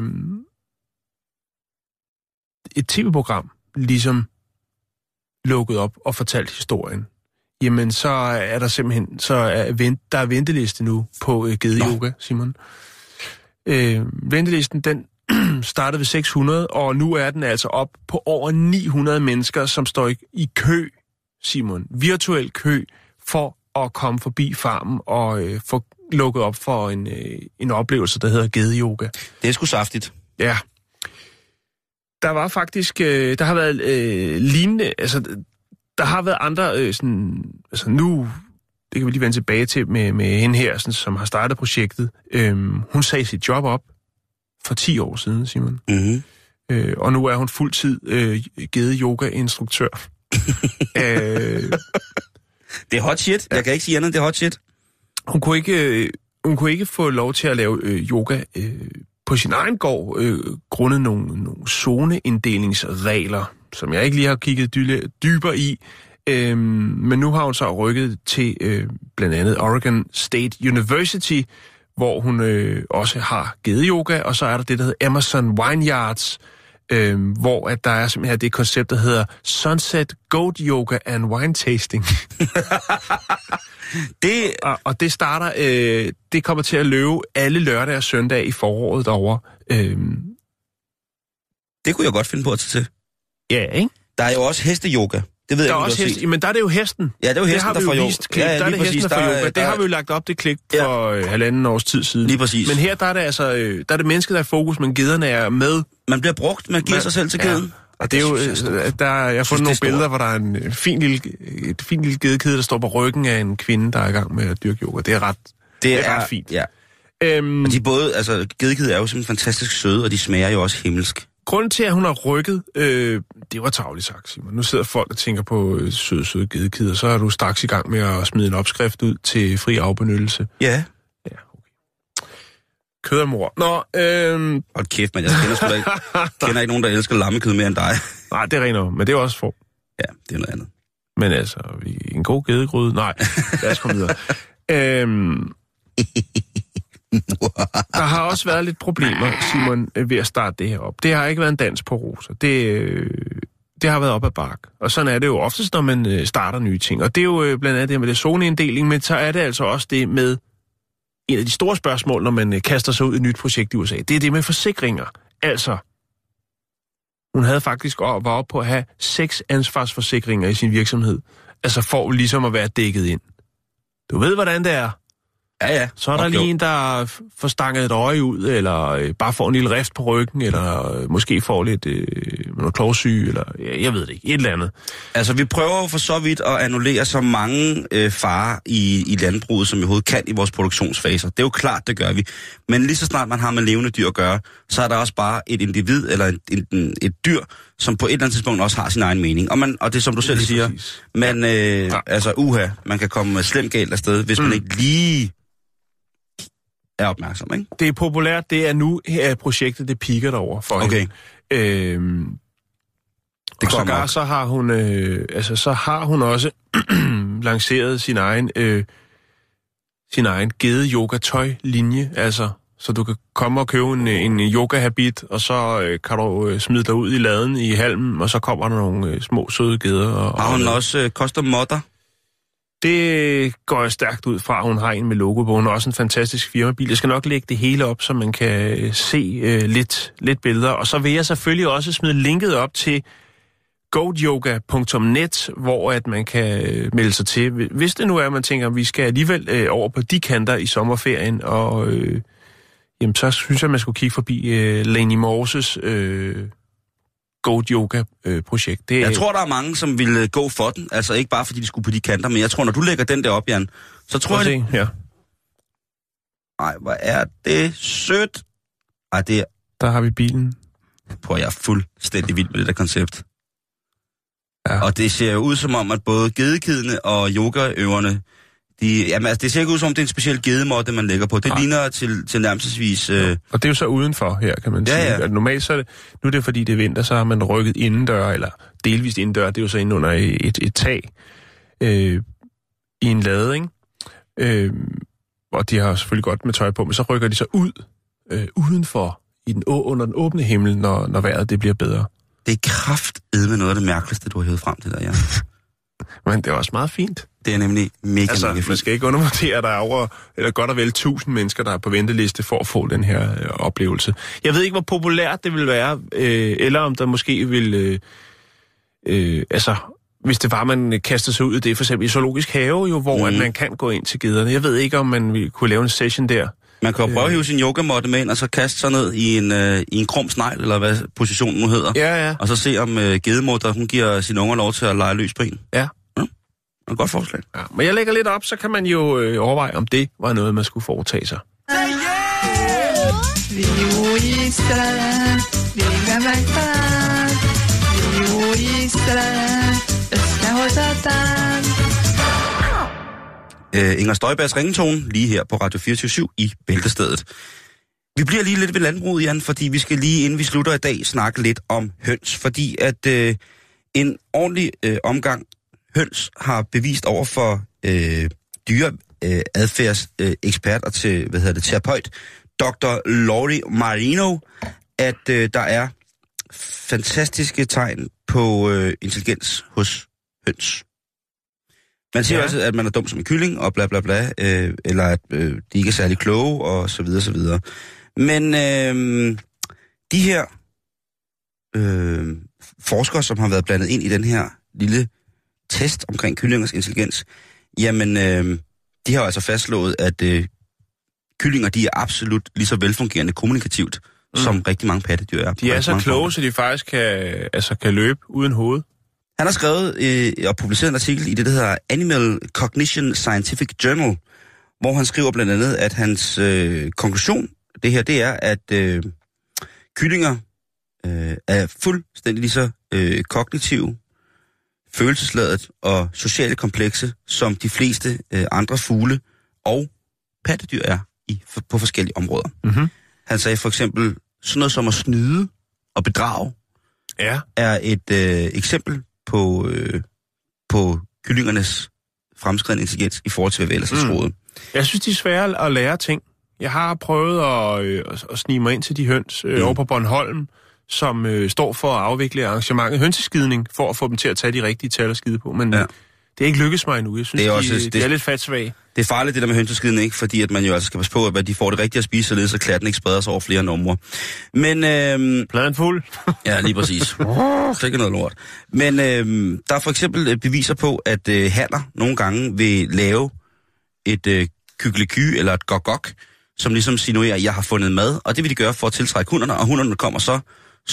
et tv-program ligesom lukket op og fortalt historien, jamen så er der simpelthen, så er vent, der er venteliste nu på øh, gede-yoga, Simon. Øh, ventelisten, den startede ved seks hundrede, og nu er den altså op på over ni hundrede mennesker, som står i, i kø, Simon. Virtuel kø for at komme forbi farmen og øh, få lukket op for en, øh, en oplevelse, der hedder gede-yoga. Det er sgu saftigt. Ja. Der var faktisk, øh, der har været øh, lignende, altså der har været andre, øh, sådan, altså nu, det kan vi lige vende tilbage til med, med hende her, sådan, som har startet projektet. Øhm, hun sagde sit job op for ti år siden, Simon. Mm-hmm. Øh, og nu er hun fuldtid øh, gede-yoga-instruktør. øh, det er hot shit. Jeg kan ikke sige andet, det er hot shit. Hun kunne ikke, øh, hun kunne ikke få lov til at lave øh, yoga øh, på sin egen gård, øh, grundet nogle, nogle zoneinddelingsregler, som jeg ikke lige har kigget dy- dybere i. Øhm, men nu har hun så rykket til øh, blandt andet Oregon State University, hvor hun øh, også har gede-yoga, og så er der det, der hedder Emerson Vineyards, øh, hvor at der er simpelthen det koncept, der hedder Sunset Goat Yoga and Wine Tasting. det, og, og det starter, øh, det kommer til at løbe alle lørdag og søndag i foråret derovre. Øh, det kunne jeg godt finde på at tage til. Ja, ikke? Der er jo også heste-yoga. Det ved der jeg, er også hest, men der er det jo hesten. Ja, det er jo hesten, det der får yoga. Ja, ja, der er det hesten, der får yoga. Det har vi jo lagt op, det klik ja. for øh, halvanden års tid siden. Lige præcis. Men her der er det altså, øh, der er det mennesket, der er fokus, men gederne er med. Man bliver brugt, man giver man, sig selv til geden. Ja. Og det er jo, øh, der, jeg har fundet nogle billeder, hvor der er en fin lille, et fint lille gedekide, der står på ryggen af en kvinde, der er i gang med at dyrke yoga. Det er ret, det det er, er ret fint. Ja. Øhm, og de både, altså gedekide er jo simpelthen fantastisk søde, og de smager jo også himmelsk. Grunden til, at hun har rykket, øh, det var tarveligt sagt, Simon. Nu sidder folk og tænker på øh, søde, søde gedekider, så er du straks i gang med at smide en opskrift ud til fri afbenyttelse. Ja. Ja, okay. Kødermor. Nå, øh... Hold kæft, men jeg kender, sgu da ikke, kender ikke nogen, der elsker lammekød mere end dig. Nej, det er rent men det er også for. Ja, det er noget andet. Men altså, en god gedegryde? Nej, lad os komme videre. øhm... Der har også været lidt problemer, Simon, ved at starte det her op. Det har ikke været en dans på roser. Det, øh, det har været op ad bark. Og sådan er det jo oftest, når man øh, starter nye ting. Og det er jo øh, blandt andet det med det zoneinddeling, men så er det altså også det med en af de store spørgsmål, når man øh, kaster sig ud i et nyt projekt i U S A. Det er det med forsikringer. Altså, hun havde faktisk var oppe på at have seks ansvarsforsikringer i sin virksomhed. Altså for ligesom at være dækket ind. Du ved, hvordan det er. Ja, ja. Så er der lige en, der får stanget et øje ud, eller øh, bare får en lille rift på ryggen, eller øh, måske får lidt, øh, noget klovsyge, eller ja, jeg ved det ikke, et eller andet. Altså, vi prøver for så vidt at annullere så mange øh, farer i, i landbruget, som vi overhovedet kan i vores produktionsfaser. Det er jo klart, det gør vi. Men lige så snart man har med levende dyr at gøre, så er der også bare et individ, eller et, et, et dyr, som på et eller andet tidspunkt også har sin egen mening. Og, man, og det som du selv siger, man, øh, ja. altså uha, man kan komme slemt galt afsted, hvis mm. man ikke lige er opmærksom, ikke? Det er populært, det er nu, her er projektet, det piker derover for okay. hende. Øhm, det og sågar så har hun, øh, altså så har hun også lanceret sin egen, øh, sin egen gede-yoga-tøj-linje, altså, så du kan komme og købe en, en yoga-habit, og så øh, kan du øh, smide dig ud i laden i halmen, og så kommer der nogle øh, små, søde geder. Og, har hun og, også øh, custom modder? Det går jeg stærkt ud fra, hun har en med logo på. Hun har også en fantastisk firmabil. Jeg skal nok lægge det hele op, så man kan se øh, lidt, lidt billeder. Og så vil jeg selvfølgelig også smide linket op til goat yoga punktum net, hvor at man kan melde sig til. Hvis det nu er, at man tænker, at vi skal alligevel øh, over på de kanter i sommerferien, og øh, jamen, så synes jeg, at man skulle kigge forbi øh, Laney Morses øh, Goat Yoga-projekt. Øh, jeg tror, der er mange, som vil gå for den. Altså ikke bare, fordi de skulle på de kanter, men jeg tror, når du lægger den der op, Jan, så tror jeg... Det... Ja. Ej, hvor er det sødt. Ej, det er... Der har vi bilen. Prøv, jeg er fuldstændig vild med det der koncept. Ja. Og det ser jo ud som om, at både gedekidene og yogaøverne, de, jamen, altså, det ser ikke ud som om, det er en speciel gedemåtte, man lægger på. Det ja. ligner til, til nærmelsesvis... Øh... Og det er jo så udenfor her, kan man sige. Ja, ja. At normalt så er det... Nu er det, fordi det er vinter, så har man rykket indendør, eller delvist indendør. Det er jo så inde under et, et tag øh, i en lade, ikke? Øh, og de har selvfølgelig godt med tøj på, men så rykker de så ud øh, udenfor, i den, under den åbne himmel, når, når vejret det bliver bedre. Det er kraftedme noget af det mærkeligste, du har hævet frem til der, ja. Men det er også meget fint. Det er nemlig mega, altså, mega fint. Man skal ikke undervurdere, at der er over, eller godt og vel tusind mennesker, der er på venteliste for at få den her øh, oplevelse. Jeg ved ikke, hvor populært det vil være, øh, eller om der måske vil... Øh, øh, altså, hvis det var, man kastede sig ud i det, for eksempel i Zoologisk Have, jo, hvor mm. at man kan gå ind til gederne. Jeg ved ikke, om man ville kunne lave en session der. Man kan jo prøve at hive sin yogamåtte med ind, og så kaste sig ned i en, øh, i en krum snegl, eller hvad positionen nu hedder. Ja, ja. Og så se, om øh, gedemåtter, hun giver sine unger lov til at lege løs på en. Ja. Ja, det er et godt forslag. Ja, men jeg lægger lidt op, så kan man jo øh, overveje, om det var noget, man skulle foretage sig. Uh, Inger Støjbergs ringetone lige her på Radio fireogtyve syv i Bæltestedet. Vi bliver lige lidt ved landbruget, Jan, fordi vi skal lige, inden vi slutter i dag, snakke lidt om høns. Fordi at uh, en ordentlig uh, omgang høns har bevist over for uh, dyreadfærdsekspert uh, og til, hvad hedder det, terapeut, doktor Laurie Marino, at uh, der er fantastiske tegn på uh, intelligens hos høns. Man siger ja. også, at man er dum som en kylling, og bla bla bla, øh, eller at øh, de ikke er særlig kloge, og så videre, så videre. Men øh, de her øh, forskere, som har været blandet ind i den her lille test omkring kyllingers intelligens, jamen, øh, de har altså fastslået, at øh, kyllinger, de er absolut lige så velfungerende kommunikativt, mm. som rigtig mange pattedyr er. De er så kloge, så de faktisk kan, altså, kan løbe uden hoved. Han har skrevet øh, og publiceret en artikel i det, der hedder Animal Cognition Scientific Journal, hvor han skriver blandt andet, at hans øh, konklusion, det her, det er, at øh, kyllinger øh, er fuldstændig lige så øh, kognitive, følelsesladet og sociale komplekse, som de fleste øh, andre fugle og pattedyr er i, for, på forskellige områder. Mm-hmm. Han sagde for eksempel, sådan noget som at snyde og bedrage, ja. er et øh, eksempel på, øh, på kyllingernes fremskridende intelligens i forhold til, hvad vi ellers har troet. Mm. Jeg synes, det er svært at lære ting. Jeg har prøvet at, øh, at snige mig ind til de høns øh, mm. over på Bornholm, som øh, står for at afvikle arrangementet hønseskidning, for at få dem til at tage de rigtige tal at skide på. Men ja. det er ikke lykkedes mig endnu. Jeg synes, det er, de, også, det, de er lidt fatsvage. Det er farligt, det der med hønseskidning, ikke? Fordi at man jo altså skal passe på, at de får det rigtige at spise, således at klatten ikke spreder sig over flere numre. Men... Øhm, Pladen fuld. Ja, lige præcis. Det er ikke noget lort. Men øhm, der er for eksempel beviser på, at øh, hanner nogle gange vil lave et øh, kykeliky eller et gok-gok, som ligesom sinuerer, at jeg har fundet mad, og det vil de gøre for at tiltrække hunderne, og hunderne kommer så, så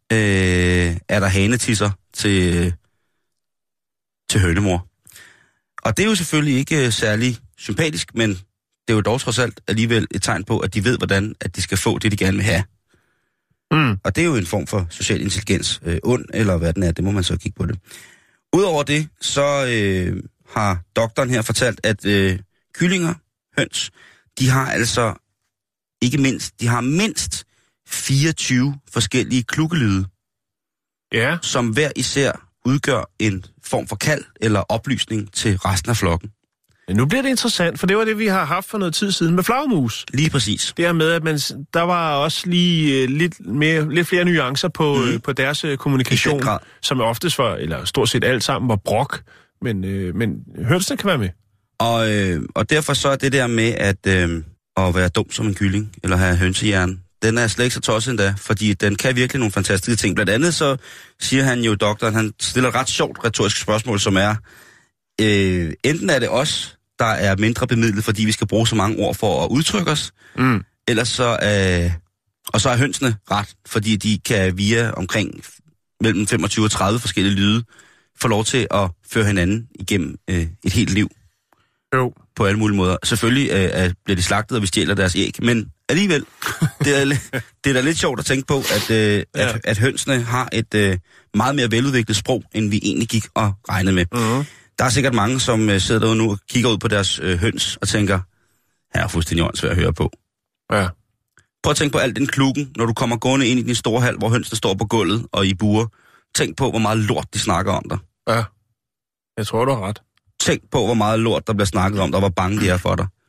øh, er der hanetisser til, til hønemor. Og det er jo selvfølgelig ikke særlig sympatisk, men det er jo dog trods alt alligevel et tegn på, at de ved, hvordan at de skal få det, de gerne vil have. Mm. Og det er jo en form for social intelligens. Øh, ond, eller hvad den er, det må man så kigge på det. Udover det, så øh, har doktoren her fortalt, at øh, kyllinger, høns, de har altså ikke mindst, de har mindst fireogtyve forskellige klukkelyde, ja. Som hver især udgør en form for kald eller oplysning til resten af flokken. Ja, nu bliver det interessant, for det var det, vi har haft for noget tid siden med flagermus. Lige præcis. Det her med, at man, der var også lige uh, lidt, mere, lidt flere nuancer på, mm. uh, på deres uh, kommunikation, som oftest var, eller stort set alt sammen var brok, men, uh, men hønsene kan være med. Og, øh, og derfor så er det der med at, øh, at være dum som en kylling, eller have hønsehjerne, den er slet ikke så tosset endda, fordi den kan virkelig nogle fantastiske ting. Blandt andet så siger han jo, doktoren, han stiller et ret sjovt retorisk spørgsmål, som er, øh, enten er det os, der er mindre bemidlet, fordi vi skal bruge så mange ord for at udtrykke os, mm. ellers så, øh, og så er hønsene ret, fordi de kan via omkring mellem femogtyve og tredive forskellige lyde få lov til at føre hinanden igennem øh, et helt liv. Jo. På alle mulige måder. Selvfølgelig øh, bliver de slagtet, og vi stjæler deres æg, men alligevel, det er, det er da lidt sjovt at tænke på, at, øh, ja. at, at hønsene har et øh, meget mere veludviklet sprog, end vi egentlig gik og regnede med. Uh-huh. Der er sikkert mange, som øh, sidder derude nu og kigger ud på deres øh, høns og tænker, her er fuldstændig åndssvagt at høre på. Ja. Prøv at tænke på alt den klukken, når du kommer gående ind i din store hal, hvor hønsene står på gulvet og i buer. Tænk på, hvor meget lort de snakker om dig. Ja, jeg tror, du har ret. Tænk på, hvor meget lort, der bliver snakket om, der var bange de er for dig.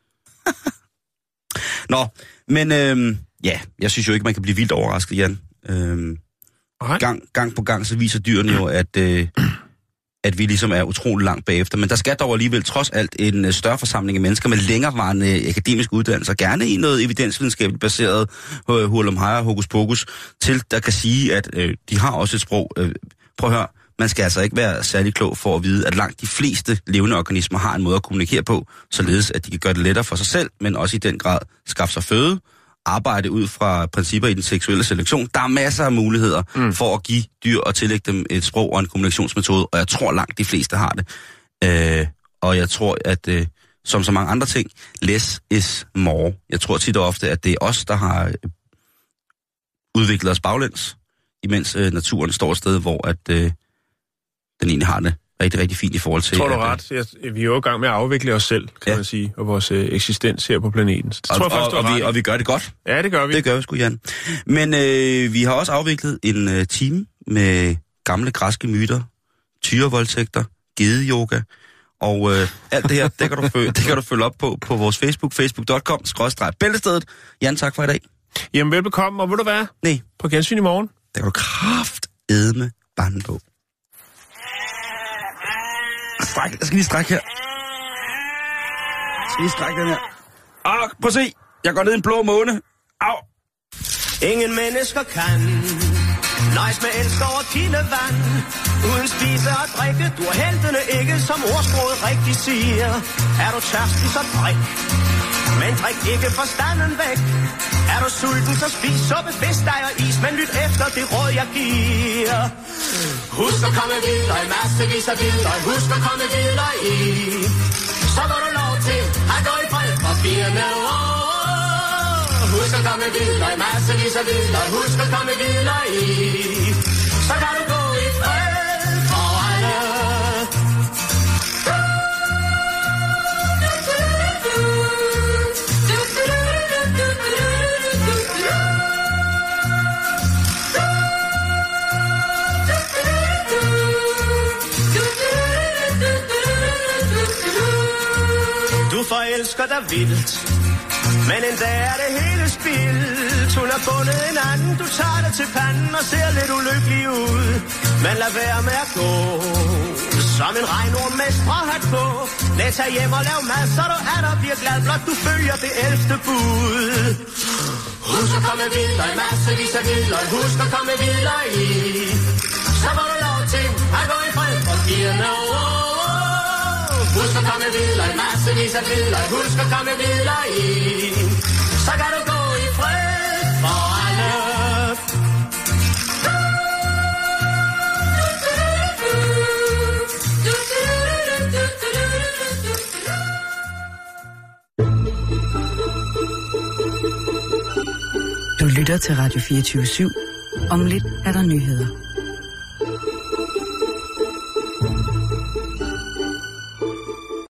Nå, men øhm, ja, jeg synes jo ikke, man kan blive vildt overrasket, Jan. Øhm, gang, gang på gang, så viser dyrene jo, at, øh, at vi ligesom er utrolig langt bagefter. Men der skal dog alligevel trods alt en større forsamling af mennesker med længerevarende akademiske uddannelser, gerne i noget evidensvidenskabeligt baseret uh, hurlumhej og hokus pokus, til der kan sige, at øh, de har også et sprog. Øh, prøv at høre. Man skal altså ikke være særlig klog for at vide, at langt de fleste levende organismer har en måde at kommunikere på, således at de kan gøre det lettere for sig selv, men også i den grad skaffe sig føde, arbejde ud fra principper i den seksuelle selektion. Der er masser af muligheder mm. for at give dyr og tillægge dem et sprog og en kommunikationsmetode, og jeg tror langt de fleste har det. Øh, og jeg tror, at øh, som så mange andre ting, less is more. Jeg tror tit og ofte, at det er os, der har øh, udviklet os baglæns, imens øh, naturen står et sted, hvor at øh, den egentlig har det rigtig, rigtig fint i forhold til... Tror du ret? Jeg, vi er jo i gang med at afvikle os selv, kan ja. man sige, og vores øh, eksistens her på planeten. Så det og, tror jeg faktisk, og, og, vi, ret. og vi gør det godt. Ja, det gør vi. Det gør vi sgu, Jan. Men øh, vi har også afviklet en øh, time med gamle græske myter, tyrevoldtægter, gedeyoga, og øh, alt det her, det kan, du følge, det kan du følge op på på vores Facebook, facebook punktum com skråstreg bæltestedet. Jan, tak for i dag. Jamen, velbekomme, og vil du være? Nej. På gensyn i morgen. Der kan du kraftedme bande på. Stræk, jeg skal lige strække her. Jeg skal lige strække den her. Åh, prøv at se. Jeg går ned i en blå måne. Au. Ingen mennesker kan nøjes med elsker over kildevand. Uden spise og drikke, du er heltene ikke, som ordsproget rigtig siger. Er du tørstig, så drik, men drik ikke forstanden væk. Er du sulten, så spis suppe, fisk, dej og is, men lyt efter det råd, jeg giver. Husk at komme videre i massevis af videre. Husk at komme videre i. Så går du lov til at gå i fred for firene. Husk at komme videre i massevis af videre. Husk at komme videre i. Så kan du gå i fred for alle. Du forelsker dig vildt, men en dag er det hele spildt. Hun har fundet en anden, du tager det til panden og ser lidt ulykkelig ud. Men lad være med at gå, som en regnorm med stråhat på. Lad tage hjem og lav mad, så du er der bliver glad, blot du følger det ellevte bud. Husk at komme videre i massevis af videre. Husk at komme videre i. Så får du lov til at gå i fred for firene. Husk at komme videre i massevis af videre. Husk at komme videre i. Så kan du gå i fred for alle. lytter til Radio fireogtyve syv. Om lidt er der nyheder.